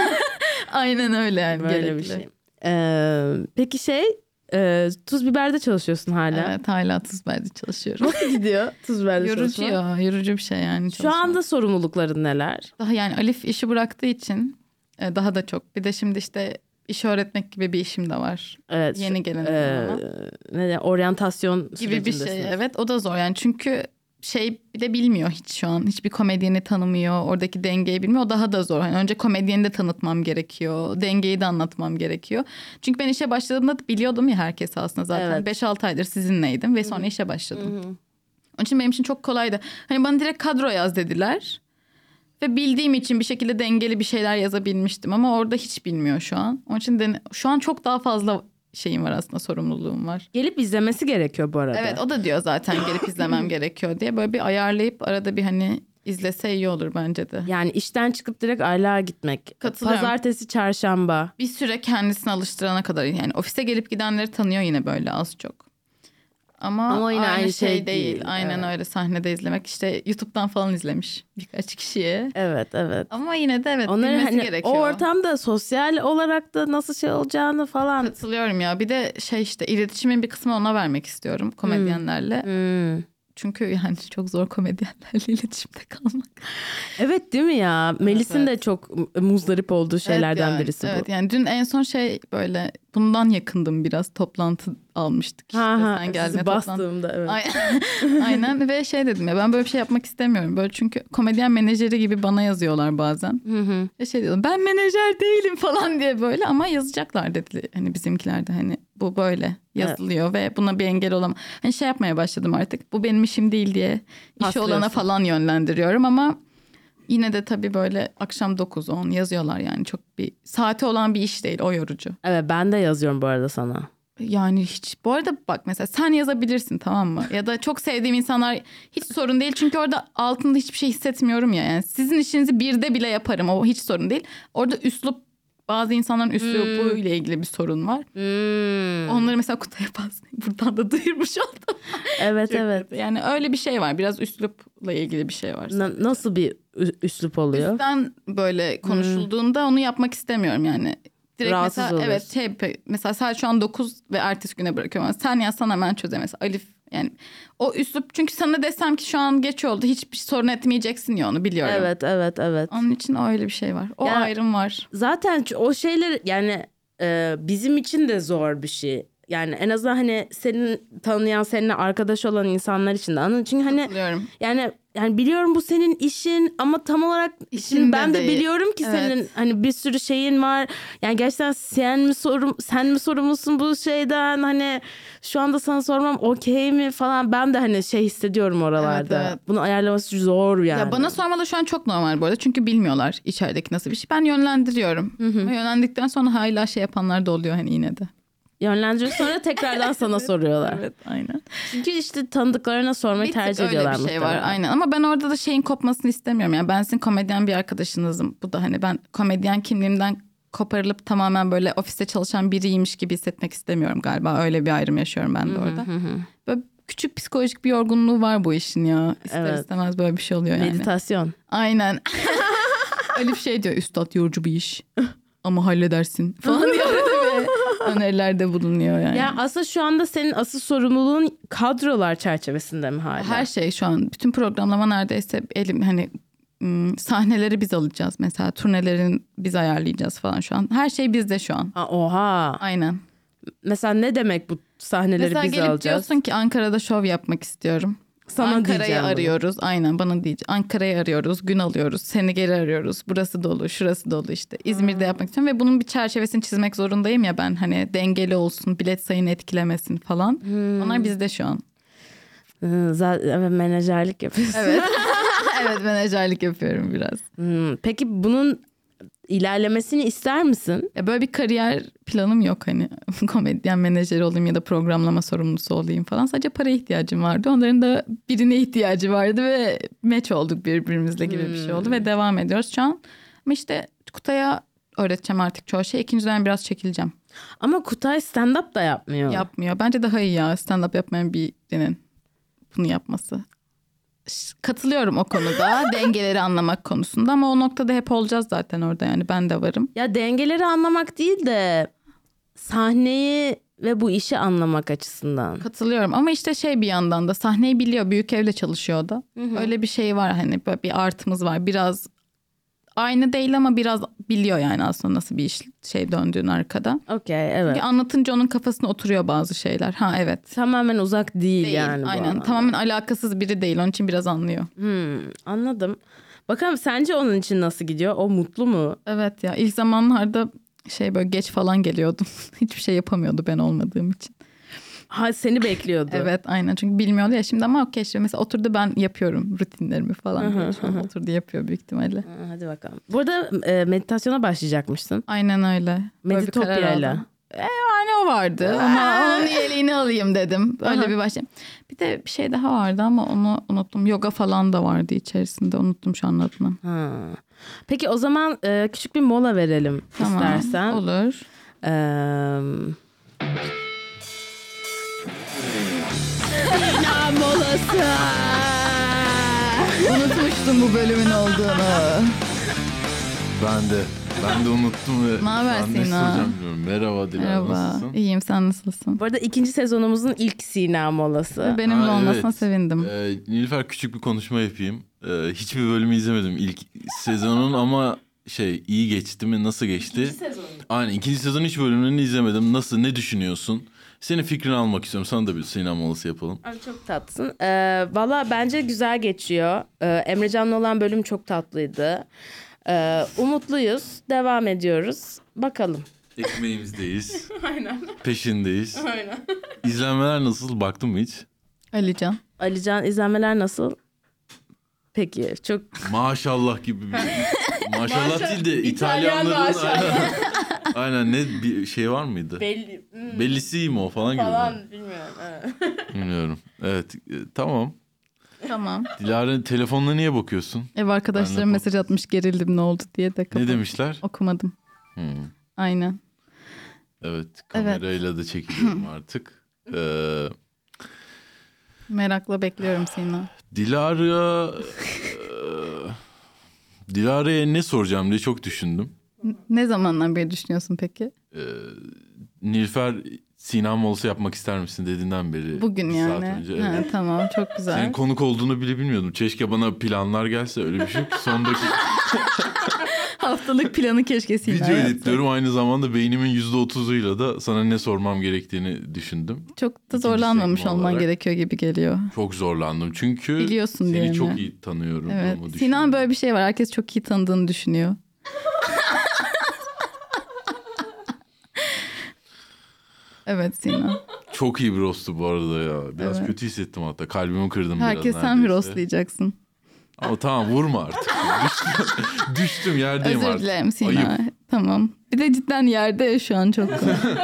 Aynen öyle yani. Böyle gerekli. bir şey. Ee, peki şey e, Tuz Biber'de çalışıyorsun hala. Evet hala Tuz Biber'de çalışıyorum. Nasıl gidiyor Tuz Biber'de çalışmak? Yorucu ya yorucu bir şey yani. Çalışmak. Şu anda sorumlulukların neler? Daha yani Alif işi bıraktığı için daha da çok. Bir de şimdi işte iş öğretmek gibi bir işim de var. Evet. Yeni gelen e, ne de oryantasyon gibi bir şey. Evet o da zor yani çünkü şey bile bilmiyor hiç şu an. Hiçbir komedyeni tanımıyor. Oradaki dengeyi bilmiyor. O daha da zor. Yani önce komedyeni de tanıtmam gerekiyor. Dengeyi de anlatmam gerekiyor. Çünkü ben işe başladığımda biliyordum ya herkes aslında zaten. Evet. beş altı aydır sizinleydim ve sonra Hı-hı. işe başladım. Hı-hı. Onun için benim için çok kolaydı. Hani bana direkt kadro yaz dediler. Ve bildiğim için bir şekilde dengeli bir şeyler yazabilmiştim. Ama orada hiç bilmiyor şu an. Onun için de, şu an çok daha fazla şeyim var aslında, sorumluluğum var. Gelip izlemesi gerekiyor bu arada. Evet o da diyor zaten gelip izlemem gerekiyor diye. Böyle bir ayarlayıp arada bir hani izlese iyi olur bence de. Yani işten çıkıp direkt aylığa gitmek. Pazartesi, çarşamba. Bir süre kendisini alıştırana kadar yani ofise gelip gidenleri tanıyor yine böyle az çok. Ama, Ama yine aynı, aynı şey, şey değil. değil. Aynen evet. Öyle sahnede izlemek. İşte YouTube'dan falan izlemiş birkaç kişiye. Evet evet. Ama yine de evet onları bilmesi hani, gerekiyor. O ortamda sosyal olarak da nasıl şey olacağını falan. Katılıyorum ya. Bir de şey işte iletişimin bir kısmını ona vermek istiyorum komedyenlerle. Hmm. Hmm. Çünkü yani çok zor komedyenlerle iletişimde kalmak. Evet değil mi ya? Melis'in evet, evet. de çok muzdarip olduğu şeylerden evet yani, birisi bu. Evet yani dün en son şey böyle bundan yakındım biraz. Toplantı almıştık işte. Ha, ha, sen gelme bastığımda evet. Aynen ve şey dedim ya ben böyle bir şey yapmak istemiyorum. Böyle çünkü komedyen menajeri gibi bana yazıyorlar bazen. Hı hı. Ve şey diyorum ben menajer değilim falan diye böyle ama yazacaklar dedi. Hani bizimkiler de hani bu böyle yazılıyor evet. Ve buna bir engel olamam. Hani şey yapmaya başladım artık. Bu benim işim değil diye işi olana falan yönlendiriyorum ama yine de tabii böyle akşam dokuz on yazıyorlar yani çok bir saati olan bir iş değil, o yorucu. Evet ben de yazıyorum bu arada sana. Yani hiç bu arada bak mesela sen yazabilirsin tamam mı? Ya da çok sevdiğim insanlar hiç sorun değil çünkü orada altında hiçbir şey hissetmiyorum ya. Yani sizin işinizi birde bile yaparım, o hiç sorun değil. Orada üslup, bazı insanların üslubu hmm. ile ilgili bir sorun var. Hmm. Onları mesela Kutay'a bazen buradan da duyurmuş oldum. Evet evet. Yani öyle bir şey var. Biraz üslupla ilgili bir şey var. Na- nasıl bir üslup oluyor? Üstten böyle konuşulduğunda hmm. onu yapmak istemiyorum yani. Direkt rahatsız mesela oluyorsun. Evet şey, mesela sadece şu an dokuz ve ertesi güne bırakıyorum. Sen yazsan hemen çözemez. Alif yani o üslup, çünkü sana desem ki şu an geç oldu hiçbir sorun etmeyeceksin ya, onu biliyorum. Evet evet evet. Onun için öyle bir şey var. O yani, ayrım var. Zaten o şeyler yani e, bizim için de zor bir şey. Yani en azından hani senin tanıyan, seninle arkadaş olan insanlar için de anladın. Çünkü hani yani yani biliyorum bu senin işin ama tam olarak işin ben de değil. Biliyorum ki evet. Senin hani bir sürü şeyin var. Yani gerçekten sen mi sorum sen mi sorumlusun bu şeyden, hani şu anda sana sormam okey mi falan, ben de hani şey hissediyorum oralarda. Evet, evet. Bunu ayarlaması zor yani. Ya bana sormaları şu an çok normal bu arada. Çünkü bilmiyorlar içerideki nasıl bir şey. Ben yönlendiriyorum. Hı hı. Yönlendikten sonra hala şey yapanlar da oluyor hani yine de. Yönlendiriyor sonra tekrardan sana evet, soruyorlar. Evet aynen. Çünkü işte tanıdıklarına sormayı bir tercih ediyorlar. Öyle bir şey var aynen, ama ben orada da şeyin kopmasını istemiyorum. Yani ben sizin komedyen bir arkadaşınızım. Bu da hani ben komedyen kimliğimden koparılıp tamamen böyle ofiste çalışan biriymiş gibi hissetmek istemiyorum galiba. Öyle bir ayrım yaşıyorum ben de orada. Hı hı. Böyle küçük psikolojik bir yorgunluğu var bu işin ya. İster evet. istemez böyle bir şey oluyor yani. Meditasyon. Aynen. Elif şey diyor, üstad yorucu bir iş ama halledersin falan diyor. Önerilerde bulunuyor yani. Yani aslında şu anda senin asıl sorumluluğun kadrolar çerçevesinde mi hala? Her şey şu an. Bütün programlama neredeyse elim hani sahneleri biz alacağız. Mesela turnelerin biz ayarlayacağız falan şu an. Her şey bizde şu an. Ha, oha. Aynen. Mesela ne demek bu sahneleri mesela biz alacağız? Mesela gelip diyorsun ki Ankara'da şov yapmak istiyorum. Sana Ankara'yı arıyoruz. Bunu. Aynen bana diyeceğim. Ankara'yı arıyoruz. Gün alıyoruz. Seni geri arıyoruz. Burası dolu, şurası dolu işte. İzmir'de hmm. yapmak istiyorum ve bunun bir çerçevesini çizmek zorundayım ya ben. Hani dengeli olsun, bilet sayını etkilemesin falan. Hmm. Onlar bizde şu an. Zaten menajerlik yapıyorsun. Evet. Evet, menajerlik yapıyorum biraz. Hmm, peki bunun ilerlemesini ister misin? Ya böyle bir kariyer planım yok hani komedyen menajeri olayım ya da programlama sorumlusu olayım falan. Sadece paraya ihtiyacım vardı. Onların da birine ihtiyacı vardı ve match olduk birbirimizle gibi hmm. bir şey oldu ve devam ediyoruz şu an. Ama işte Kutay'a öğreteceğim artık çoğu şey. İkinci dönem biraz çekileceğim. Ama Kutay stand-up da yapmıyor. Yapmıyor. Bence daha iyi ya stand-up yapmayan birinin bunu yapması. Katılıyorum o konuda dengeleri anlamak konusunda ama o noktada hep olacağız zaten orada yani ben de varım. Ya dengeleri anlamak değil de sahneyi ve bu işi anlamak açısından. Katılıyorum ama işte şey bir yandan da sahneyi biliyor, büyük evde çalışıyor o da. Hı hı. Öyle bir şey var hani böyle bir artımız var biraz aynı değil ama biraz biliyor yani aslında nasıl bir iş şey döndüğünü arkada. Okey, evet. Çünkü anlatınca onun kafasına oturuyor bazı şeyler. Ha evet. Tamamen uzak değil, değil yani. Aynen tamamen alakasız biri değil onun için biraz anlıyor. Hmm, anladım. Bakalım sence onun için nasıl gidiyor? O mutlu mu? Evet ya ilk zamanlarda şey böyle geç falan geliyordum. Hiçbir şey yapamıyordu ben olmadığım için. Ha seni bekliyordu. Evet aynen çünkü bilmiyordu ya şimdi ama okey işte mesela oturdu ben yapıyorum rutinlerimi falan. Hı hı, Şu an hı. Oturdu yapıyor büyük ihtimalle. Hı, hadi bakalım. Burada e, meditasyona başlayacakmışsın. Aynen öyle. Meditopya'yla. E, yani o vardı ama onun üyeliğini alayım dedim. Öyle Aha. bir başlayayım. Bir de bir şey daha vardı ama onu unuttum. Yoga falan da vardı içerisinde. Unuttum şu an adını. Ha. Peki o zaman e, küçük bir mola verelim tamam, istersen. Olur. Eee... Sinan molası. Unutmuştum bu bölümün olduğunu. Ben de. Ben de unuttum ve ne haber Sina? Merhaba Dilan, Merhaba. Nasılsın? İyiyim, sen nasılsın? Bu arada ikinci sezonumuzun ilk Sina molası. Benimle ha, olmasına evet. sevindim. Ee, Nilüfer küçük bir konuşma yapayım. Ee, hiçbir bölümü izlemedim ilk sezonun ama şey iyi geçti mi? Nasıl geçti? İkinci sezon. Aynen ikinci sezonun hiç bölümlerini izlemedim. Nasıl, ne düşünüyorsun? Senin fikrini almak istiyorum. Sana da bir Sina molası yapalım. Abi çok tatlısın. Ee, Valla bence güzel geçiyor. Ee, Emrecan'la olan bölüm çok tatlıydı. Ee, umutluyuz. Devam ediyoruz. Bakalım. Ekmeğimizdeyiz. Aynen. Peşindeyiz. Aynen. İzlenmeler nasıl? Baktın mı hiç? Alican. Alican izlenmeler nasıl? Peki çok... Maşallah gibi bir... Maşallah değil de İtalyanların... aynen, aynen ne bir şey var mıydı? Belli. Hmm. Bellisi mi o falan, falan gibi. Falan bilmiyorum. Evet. Bilmiyorum. Evet e, tamam. Tamam. Dilara'nın telefonuna niye bakıyorsun? Ev arkadaşlarım mesaj atmış gerildim ne oldu diye de kapat. Ne demişler? Okumadım. Hmm. Aynen. Evet kamerayla evet. da çekiliyorum artık. Ee, Merakla bekliyorum Sina. Dilara... Dilara'ya ne soracağım diye çok düşündüm. Ne zamandan beri düşünüyorsun peki? Ee, Nilüfer Sina molası yapmak ister misin dediğinden beri. Bugün yani. Saat önce, evet. Ha, tamam çok güzel. Senin konuk olduğunu bile bilmiyordum. Keşke bana planlar gelse, öyle bir şey ki son dakika. Haftalık planı keşke Sina Video editliyorum aynı zamanda beynimin yüzde otuzuyla da sana ne sormam gerektiğini düşündüm. Çok da İkinci zorlanmamış olman olarak. Gerekiyor gibi geliyor. Çok zorlandım çünkü biliyorsun seni diye çok mi? iyi tanıyorum. Evet. Sinan böyle bir şey var, herkes çok iyi tanıdığını düşünüyor. Evet Sinan. Çok iyi bir rostu bu arada ya. Biraz evet. kötü hissettim hatta. Kalbimi kırdım herkes biraz. Herkes sen bir rostlayacaksın. Ama tamam vurma artık. düştüm, düştüm yerdeyim Özür artık. Özür dilerim Sina. Ayıp. Tamam. Bir de cidden yerde şu an çok.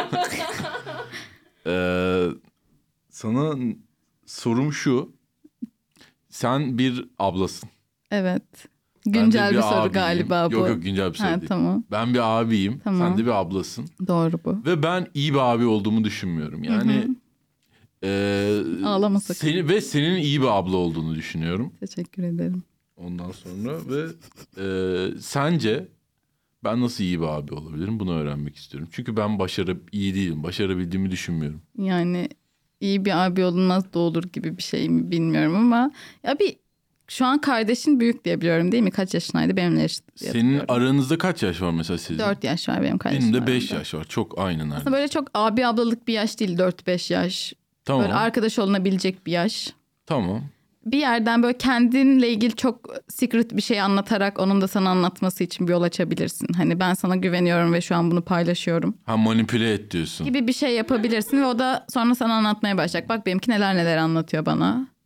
ee, sana sorum şu. Sen bir ablasın. Evet. Güncel bir, bir soru galiba bu. Yok yok güncel bir soru ha, değil. Tamam. Ben bir abiyim. Tamam. Sen de bir ablasın. Doğru bu. Ve ben iyi bir abi olduğumu düşünmüyorum. Yani e, ağlama sakın. Seni ve senin iyi bir abla olduğunu düşünüyorum. Teşekkür ederim. Ondan sonra ve e, sence ben nasıl iyi bir abi olabilirim? Bunu öğrenmek istiyorum. Çünkü ben başarı iyi değilim. Başarabildiğimi düşünmüyorum. Yani iyi bir abi olunmaz da olur gibi bir şey mi bilmiyorum ama ya bir şu an kardeşin büyük diye biliyorum değil mi? Kaç yaşındaydı? Benimle eşit. Senin aranızda kaç yaş var mesela sizin? Dört yaş var benim kardeşim. Benim de beş yaş var. Çok aynı neredeyse. Aslında böyle çok abi ablalık bir yaş değil. Dört beş yaş. Tamam. Böyle arkadaş olunabilecek bir yaş. Tamam. Bir yerden böyle kendinle ilgili çok secret bir şey anlatarak onun da sana anlatması için bir yol açabilirsin. Hani ben sana güveniyorum ve şu an bunu paylaşıyorum. Ha manipüle et diyorsun. Gibi bir şey yapabilirsin ve o da sonra sana anlatmaya başlayacak. Bak benimki neler neler anlatıyor bana.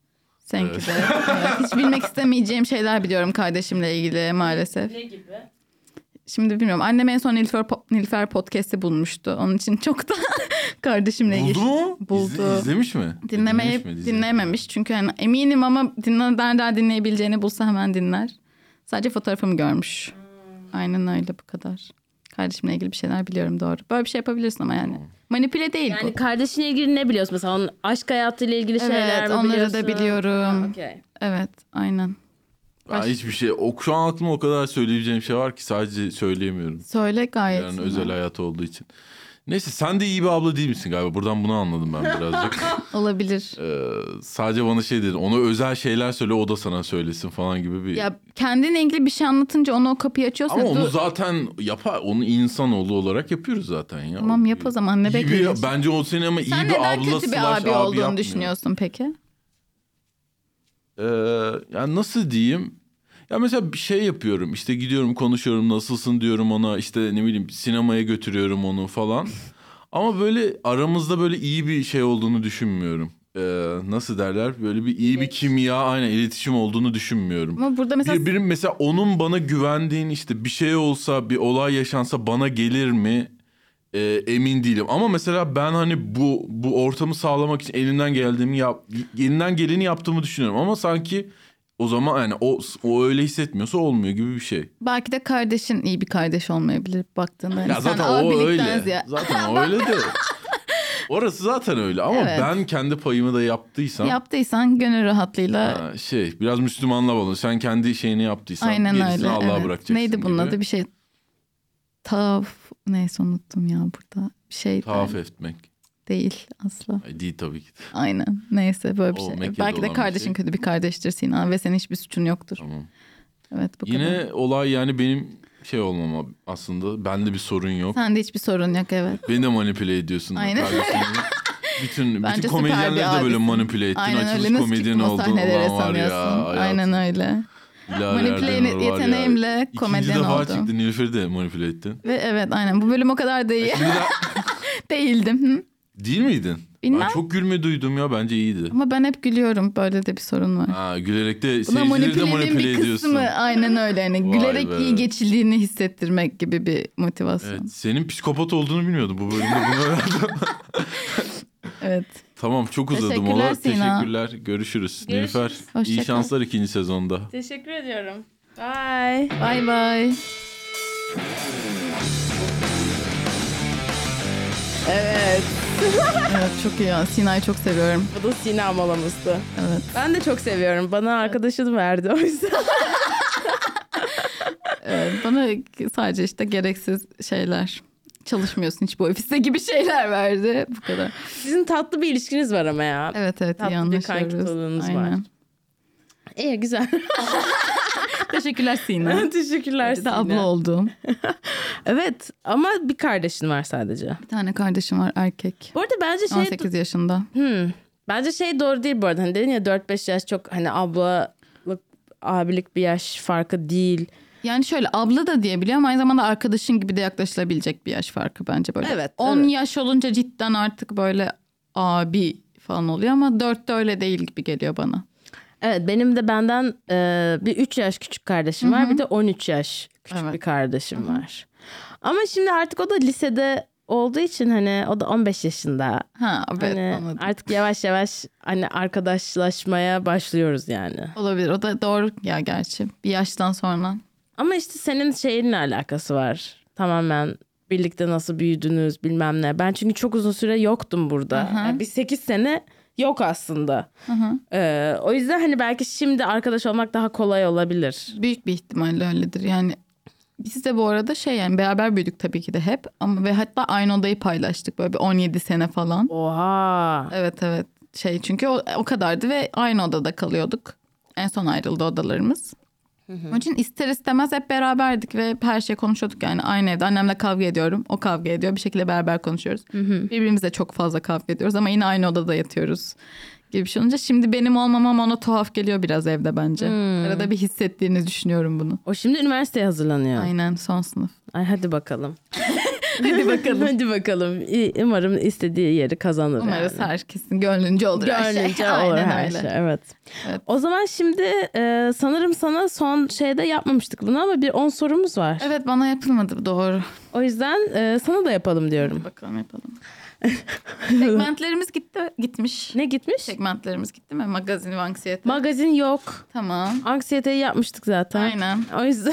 Seninki Evet. de. Evet. Hiç bilmek istemeyeceğim şeyler biliyorum kardeşimle ilgili maalesef. Ne gibi? Şimdi bilmiyorum. Annem en son Nilüfer, Nilüfer podcast'i bulmuştu. Onun için çok da kardeşimle ilgili. Buldu mu? Buldu. İzle, izlemiş mi? Dinlemeyi Dinlemiş mi dizi? dinlememiş. Çünkü hani eminim ama dinler dinleyebileceğini bulsa hemen dinler. Sadece fotoğrafımı görmüş. Hmm. Aynen öyle, bu kadar. Kardeşimle ilgili bir şeyler biliyorum, doğru. Böyle bir şey yapabilirsin ama yani. Manipüle değil Yani bu. kardeşinle ilgili ne biliyorsun? Mesela onun aşk hayatıyla ilgili şeyler Evet, mi onları biliyorsun? da biliyorum. Ha, okay. Evet, aynen. Ben hiçbir şey... O, şu an aklıma o kadar söyleyebileceğim şey var ki sadece söyleyemiyorum. Söyle gayet. Yani iyi. özel hayatı olduğu için. Neyse, sen de iyi bir abla değil misin galiba? Buradan bunu anladım ben birazcık. Olabilir. Ee, sadece bana şey dedin. Ona özel şeyler söyle, o da sana söylesin falan gibi bir... Ya kendine ilgili bir şey anlatınca ona o kapıyı açıyorsun. Ama ya, onu dur- zaten yapar. Onu insanoğlu olarak yapıyoruz zaten ya. Tamam, yap o zaman, ne İyi bir- bekliyorsun? Bence o senin ama iyi Sen bir neden abla kötü bir slash abi olduğunu yapmıyor. düşünüyorsun peki? Ee, yani nasıl diyeyim? Ya mesela bir şey yapıyorum. İşte gidiyorum, konuşuyorum, nasılsın diyorum ona. İşte ne bileyim, sinemaya götürüyorum onu falan. Ama böyle aramızda böyle iyi bir şey olduğunu düşünmüyorum. Ee, nasıl derler? Böyle bir iyi bir kimya, aynen, iletişim olduğunu düşünmüyorum. Ama burada mesela Bir, birim mesela onun bana güvendiğin, işte bir şey olsa, bir olay yaşansa bana gelir mi? Ee, emin değilim. Ama mesela ben hani bu bu ortamı sağlamak için elimden geldiğimi yap, elimden geleni yaptığımı düşünüyorum. Ama sanki o zaman yani o o öyle hissetmiyorsa olmuyor gibi bir şey. belki de kardeşin iyi bir kardeş olmayabilir baktığında. Yani Ya zaten sen o abilikten öyle. ziyade- Zaten o öyle de. Orası zaten öyle ama Evet. ben kendi payımı da yaptıysam Yaptıysan gönül rahatlığıyla. ha, şey biraz Müslümanla bağlı. Sen kendi şeyini yaptıysan Aynen gerisini öyle. Allah'a Evet. bırakacaksın. Neydi bunun gibi. adı, bir şey? Tavaf. Neyse, unuttum ya burada. Bir şey Tavaf etmek. değil asla. Ay, değil tabii ki. Aynen. Neyse, böyle bir O şey. Mekke'de Belki de olan bir kardeşin şey. kötü bir kardeştir Sinan ve senin hiçbir suçun yoktur. Tamam. Evet, bu Yine kadar. olay yani benim şey olmama aslında. Bende bir sorun yok. Sende hiçbir sorun yok, evet. Beni de manipüle ediyorsun. Aynen. kardeşini. Bütün, Bence bütün süper bir komedyenleri de böyle abisin. manipüle ettin. Aynen Açılış öyle. Nasıl komedyen çıktın o oldun. sahnelere Ulan var ya, sanıyorsun? hayatım. Aynen öyle. Dilara Manipüle Erdemir var ya. yeteneğimle komedyen İkinci defa oldum. çıktı. Nilüfer'i de manipüle ettin. Ve evet, aynen, bu bölüm o kadar da iyi Şimdi de- değildim. Hı? Değil miydin? Bilmem. Ben çok gülme duydum ya. Bence iyiydi. Ama ben hep gülüyorum. Böyle de bir sorun var. Ha, gülerek de Buna seyircileri de manipülenin manipüle bir ediyorsun. kısmı aynen öyle. Yani Vay gülerek be. iyi geçildiğini hissettirmek gibi bir motivasyon. Evet, senin psikopat olduğunu bilmiyordum bu bölümde. Bunu öğrendim. Evet. Tamam, çok uzadım. Teşekkürler Ola. Sina. Teşekkürler. Görüşürüz. Görüşürüz. Nilüfer, Hoşça iyi kal. şanslar ikinci sezonda. Teşekkür ediyorum. Bye. Bye bye. Evet. Evet, çok iyi ya. Sina'yı çok seviyorum. Bu da Sina molamızdı. Evet. Ben de çok seviyorum. Bana arkadaşını verdi o yüzden. Evet, bana sadece işte gereksiz şeyler. Çalışmıyorsun hiç bu ofiste gibi şeyler verdi. Bu kadar. Sizin tatlı bir ilişkiniz var ama ya. Evet evet, Tatlı iyi bir anlaşıyoruz. kankitolığunuz var. Aynen. İyi, güzel. Teşekkürler Sina. Teşekkürler Bir de Sina. abla olduğum. Evet ama bir kardeşin var sadece. Bir tane kardeşim var, erkek. Bu arada bence şey... on sekiz yaşında. Hmm, bence şey doğru değil bu arada. Hani dedin ya dört beş yaş çok hani ablalık, abilik bir yaş farkı değil. Yani şöyle, abla da diyebiliyor ama aynı zamanda arkadaşın gibi de yaklaşılabilecek bir yaş farkı bence böyle. Evet, on evet. yaş olunca cidden artık böyle abi falan oluyor ama dörtte öyle değil gibi geliyor bana. Evet, benim de benden e, bir üç yaş küçük kardeşim var. Bir de on üç yaş küçük Evet. bir kardeşim var. Ama şimdi artık o da lisede olduğu için hani o da on beş yaşında. Ha evet, Hani anladım. artık yavaş yavaş hani arkadaşlaşmaya başlıyoruz yani. Olabilir, o da doğru ya gerçi bir yaştan sonra. Ama işte senin şeyinle alakası var. Tamamen birlikte nasıl büyüdünüz bilmem ne. Ben çünkü çok uzun süre yoktum burada. Aha. Yani bir sekiz sene yok aslında. Hı hı. Ee, o yüzden hani belki şimdi arkadaş olmak daha kolay olabilir. Büyük bir ihtimalle öyledir yani. Biz de bu arada şey yani beraber büyüdük tabii ki de hep ama ve hatta aynı odayı paylaştık böyle bir on yedi sene falan. Oha. Evet evet, şey çünkü o, o kadardı ve aynı odada kalıyorduk. En son ayrıldı odalarımız. Onun için ister istemez hep beraberdik ve her şey konuşuyorduk yani aynı evde. Annemle kavga ediyorum, o kavga ediyor, bir şekilde beraber konuşuyoruz. Birbirimizle çok fazla kavga ediyoruz ama yine aynı odada yatıyoruz gibi bir şey olunca şimdi benim olmamam ona tuhaf geliyor biraz evde bence. Arada bir hissettiğini düşünüyorum bunu. O şimdi üniversiteye hazırlanıyor. Aynen, son sınıf. Ay hadi bakalım. Hadi bakalım. Hadi bakalım. İyi, umarım istediği yeri kazanır. Umarız yani. herkesin gönlünce olur her şey. Gönlünce olur Aynen her öyle. şey. Evet. Evet. O zaman şimdi e, sanırım sana son şeyde yapmamıştık bunu ama bir on sorumuz var. Evet, bana yapılmadı, doğru. O yüzden e, sana da yapalım diyorum. Bakalım yapalım. Segmentlerimiz gitti, gitmiş. Ne gitmiş? Segmentlerimiz gitti mi? Magazin ve anksiyete. Magazin yok. Tamam. Anksiyeteyi yapmıştık zaten. Aynen. O yüzden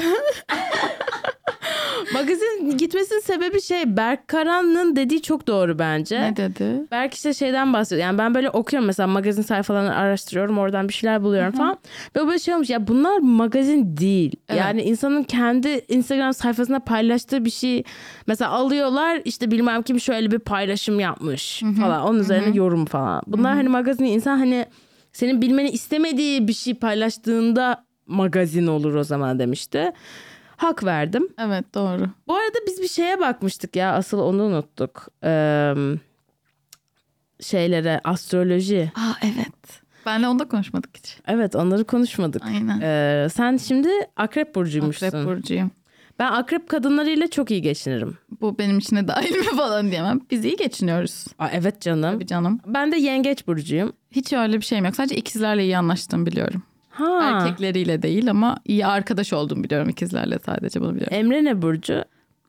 magazin gitmesinin sebebi şey, Berk Karan'ın dediği çok doğru bence. Ne dedi? Berk işte şeyden bahsediyor. Yani ben böyle okuyorum mesela, magazin sayfalarını araştırıyorum, oradan bir şeyler buluyorum Hı-hı. falan. Ve böyle şey olmuş ya, bunlar magazin değil. Evet. Yani insanın kendi Instagram sayfasında paylaştığı bir şey. Mesela alıyorlar işte, bilmem kim şöyle bir paylaşım yapmış Hı-hı. falan. Onun üzerine Hı-hı. yorum falan. Bunlar Hı-hı. hani magazin, insan hani senin bilmeni istemediği bir şey paylaştığında magazin olur o zaman demişti. Hak verdim. Evet, doğru. Bu arada biz bir şeye bakmıştık ya, asıl onu unuttuk. Ee, şeylere, astroloji. Aa, evet. Benle onda konuşmadık hiç. Evet, onları konuşmadık. Aynen. Ee, sen şimdi Akrep burcuymuşsun. Akrep burcuyum. Ben Akrep kadınlarıyla çok iyi geçinirim. Bu benim içine dahil mi falan diyemem. Biz iyi geçiniyoruz. Aa, evet canım. Tabii canım. Ben de Yengeç burcuyum. Hiç öyle bir şeyim yok. Sadece ikizlerle iyi anlaştığımı biliyorum. Ha. Erkekleriyle değil ama iyi arkadaş olduğumu biliyorum ikizlerle, sadece bunu biliyorum. Emre ne burcu?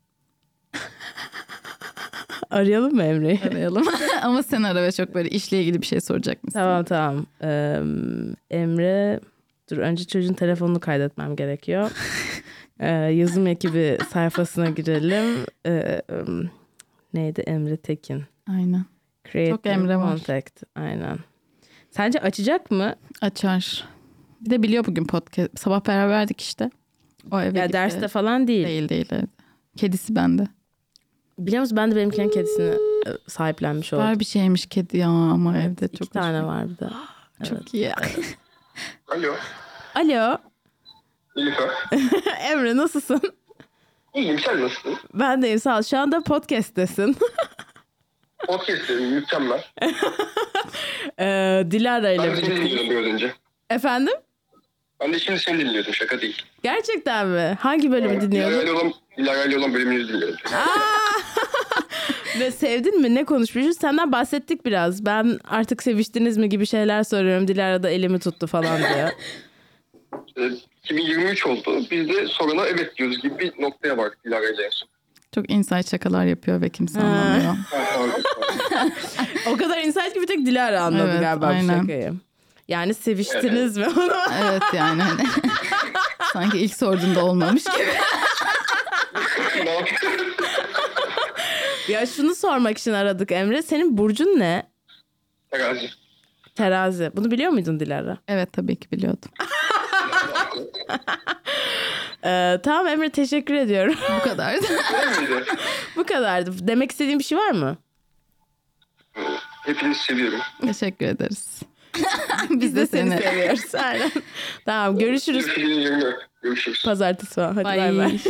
Arayalım mı Emre'yi? Arayalım. Ama sen ara ve çok böyle işle ilgili bir şey soracak mısın? Tamam tamam. Ee, Emre, dur önce çocuğun telefonunu kaydetmem gerekiyor. ee, yazım ekibi sayfasına girelim. Ee, um, neydi? Emre Tekin. Aynen. Create çok Emre var. Contact. Aynen. Sence açacak mı? Açar. Bir de biliyor bugün podcast. Sabah beraberdik işte. O eve ya gitti. derste falan değil. Değil değil. Evet. Kedisi bende. Biliyor musun, ben de benimkinin kedisini sahiplenmiş oldum. Var bir şeymiş kedi ya ama evet, evde iki çok İki tane hoşuma. var bir de. Çok evet. iyi. Alo. Alo. Nilüfer. Emre, nasılsın? İyiyim, sen nasılsın? Ben deyim, sağ ol. Şu anda podcast'tesin. Podcast'lerim mükemmel. ee, Dilara ile Ben de seni dinliyordum biraz önce. Efendim? Ben de şimdi seni dinliyordum, şaka değil. Gerçekten mi? Hangi bölümü Evet, dinliyordun? Dilara olan, Dilara olan bölümünüzü dinliyordum. Ve sevdin mi? Ne konuşmuşuz? Senden bahsettik biraz. Ben artık seviştiniz mi gibi şeyler soruyorum. Dilara da elimi tuttu falan diyor. iki bin yirmi üç oldu. Biz de soruna evet diyoruz gibi bir noktaya vardık Dilara ile. Çok insight şakalar yapıyor ve kimse anlamıyor. O kadar insight gibi tek Dilara anladı Evet, galiba aynen. bu şakayı. Yani seviştiniz mi? Evet yani hani. Sanki ilk sorduğunda olmamış gibi. Ya şunu sormak için aradık Emre. Senin burcun ne? Terazi. Terazi. Bunu biliyor muydun Dilara? Evet, tabii ki biliyordum. Ee, tamam Emre, teşekkür ediyorum. Bu kadardı. Bu kadardı. Demek istediğin bir şey var mı? Hepinizi seviyorum. Teşekkür ederiz. Biz, Biz de seni, seni seviyoruz. Aynen. Tamam, görüşürüz. Görüşürüz. Pazartesi falan. Hadi bay bay.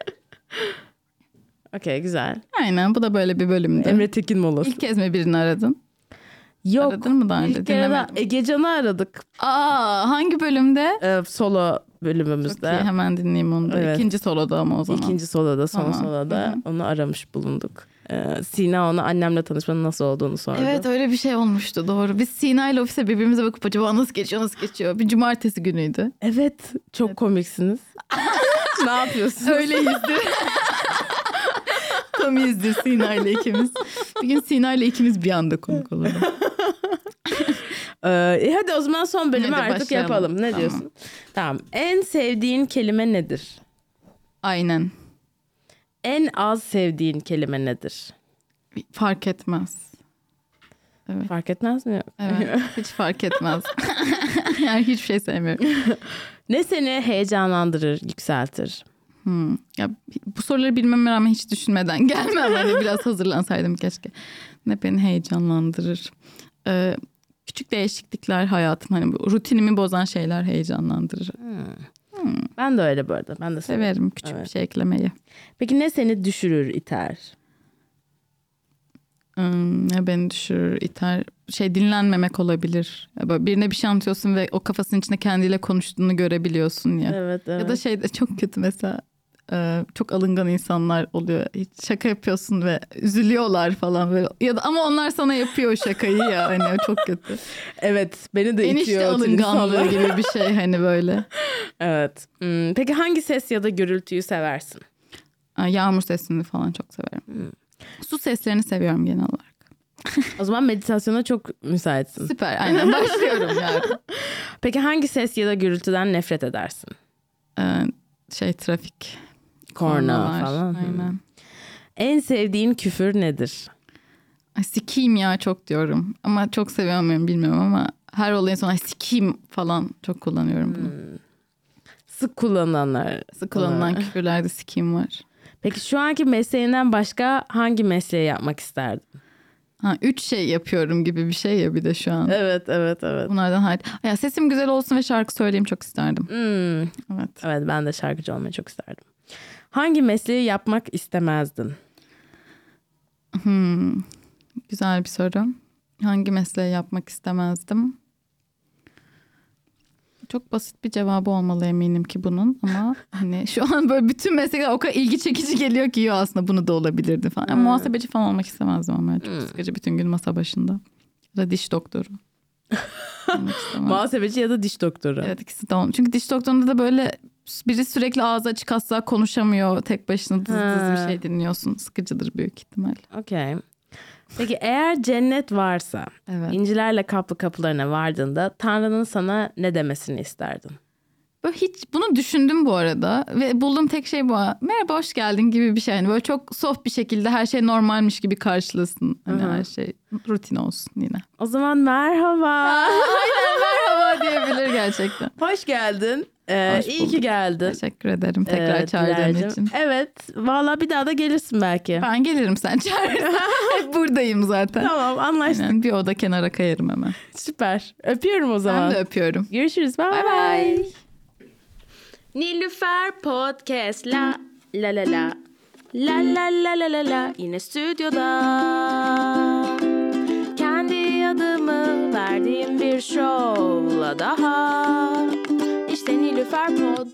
Okey, güzel. Aynen, bu da böyle bir bölümdü. Emre Tekin molası. İlk kez mi birini aradın? Yok. Aradın mı daha önce? İlk kere de Egecan'ı aradık. Aa, hangi bölümde? Ee, solo bölümümüzde. Çok iyi, hemen dinleyeyim onu da. Evet. İkinci soloda ama o zaman. İkinci soloda, son tamam. soloda. Hı-hı. Onu aramış bulunduk. Ee, Sina ona annemle tanışmanın nasıl olduğunu sordu. Evet, öyle bir şey olmuştu, doğru. Biz Sina ile ofise birbirimize bakıp acaba nasıl geçiyor nasıl geçiyor. Bir cumartesi günüydü. Evet, çok evet. komiksiniz. Ne yapıyorsunuz? Öyleyizdir. Komizdir Sina ile ikimiz. Bir gün Sina ile ikimiz bir anda komik olurdu. ee, hadi o zaman son bölümü hadi artık başlayalım. yapalım. Ne tamam. diyorsun? Tamam. En sevdiğin kelime nedir? Aynen. En az sevdiğin kelime nedir? Fark etmez. Evet. Fark etmez mi? Evet. Hiç fark etmez. Yani hiçbir şey sevmiyorum. Ne seni heyecanlandırır, yükseltir? Hmm. Ya bu soruları bilmeme rağmen hiç düşünmeden gelmem. Hani biraz hazırlansaydım keşke. Ne beni heyecanlandırır? Ee, küçük değişiklikler hayatım. Hani rutinimi bozan şeyler heyecanlandırır. Hmm. Hmm. Ben de öyle bu arada. Ben de severim. Severim küçük evet. bir şey eklemeyi. Peki ne seni düşürür, iter? Hmm, ne beni düşürür, iter? Şey, dinlenmemek olabilir. Böyle birine bir şey anlatıyorsun ve o kafasının içinde kendiyle konuştuğunu görebiliyorsun ya. Evet, evet. Ya da şey de çok kötü mesela. e, çok alıngan insanlar oluyor. Hiç şaka yapıyorsun ve üzülüyorlar falan böyle. Ya da ama onlar sana yapıyor o şakayı ya hani o çok kötü. Evet, beni de Enişte itiyor. alınganlığı gibi bir şey hani böyle. Evet. Hmm, peki hangi ses ya da gürültüyü seversin? Yağmur sesini falan çok severim. Hmm. Su seslerini seviyorum genel olarak. O zaman meditasyona çok müsaitsin. Süper, aynen başlıyorum yarın. Peki hangi ses ya da gürültüden nefret edersin? Ee, şey trafik. Korna Kornalar, falan. Aynen. En sevdiğin küfür nedir? Ay, sikiyim ya çok diyorum. Ama çok seviyor muyum bilmiyorum ama her olayın sonunda sikiyim falan çok kullanıyorum bunu. Hmm. Sık kullanılanlar. Sık kullanılan küfürlerde sikiyim var. Peki şu anki mesleğinden başka hangi mesleği yapmak isterdin? Ha, üç şey yapıyorum gibi bir şey ya bir de şu an. Evet, evet, evet. Bunlardan hayır. Ya sesim güzel olsun ve şarkı söyleyeyim çok isterdim. Hmm. Evet. Evet, ben de şarkıcı olmayı çok isterdim. Hangi mesleği yapmak istemezdin? Hmm. Güzel bir soru. Hangi mesleği yapmak istemezdim? Çok basit bir cevabı olmalı eminim ki bunun ama hani şu an böyle bütün meslekler o kadar ilgi çekici geliyor ki yo aslında bunu da olabilirdi falan. Yani muhasebeci falan olmak istemezdim ama çok hmm. sıkıcı bütün gün masa başında. Ya da diş doktoru. Muhasebeci ya da diş doktoru. Evet ikisi de olmuş. Çünkü diş doktorunda da böyle biri sürekli ağzı açık asla konuşamıyor. Tek başına dız dız bir şey dinliyorsun. Sıkıcıdır büyük ihtimal. Okey. Peki eğer cennet varsa, evet. incilerle kaplı kapılarına vardığında Tanrı'nın sana ne demesini isterdin? Böyle hiç bunu düşündüm bu arada ve bulduğum tek şey bu. Merhaba hoş geldin gibi bir şey. Yani böyle çok soft bir şekilde her şey normalmiş gibi karşılasın. Hani her şey rutin olsun yine. O zaman merhaba. Aynen merhaba diyebilir gerçekten. Hoş geldin. Ee, hoş iyi ki geldin. Teşekkür ederim tekrar evet, çağırdığın için. Evet. Valla bir daha da gelirsin belki. Ben gelirim sen çağırırsan. Hep buradayım zaten. Tamam anlaştık. Aynen, bir oda kenara kayarım hemen. Süper. Öpüyorum o zaman. Ben de öpüyorum. Görüşürüz. Bye bye. bye. Nilüfer Podcast la la la la la la la la la la yine stüdyoda kendi adımı verdiğim bir şovla daha işte Nilüfer Pod.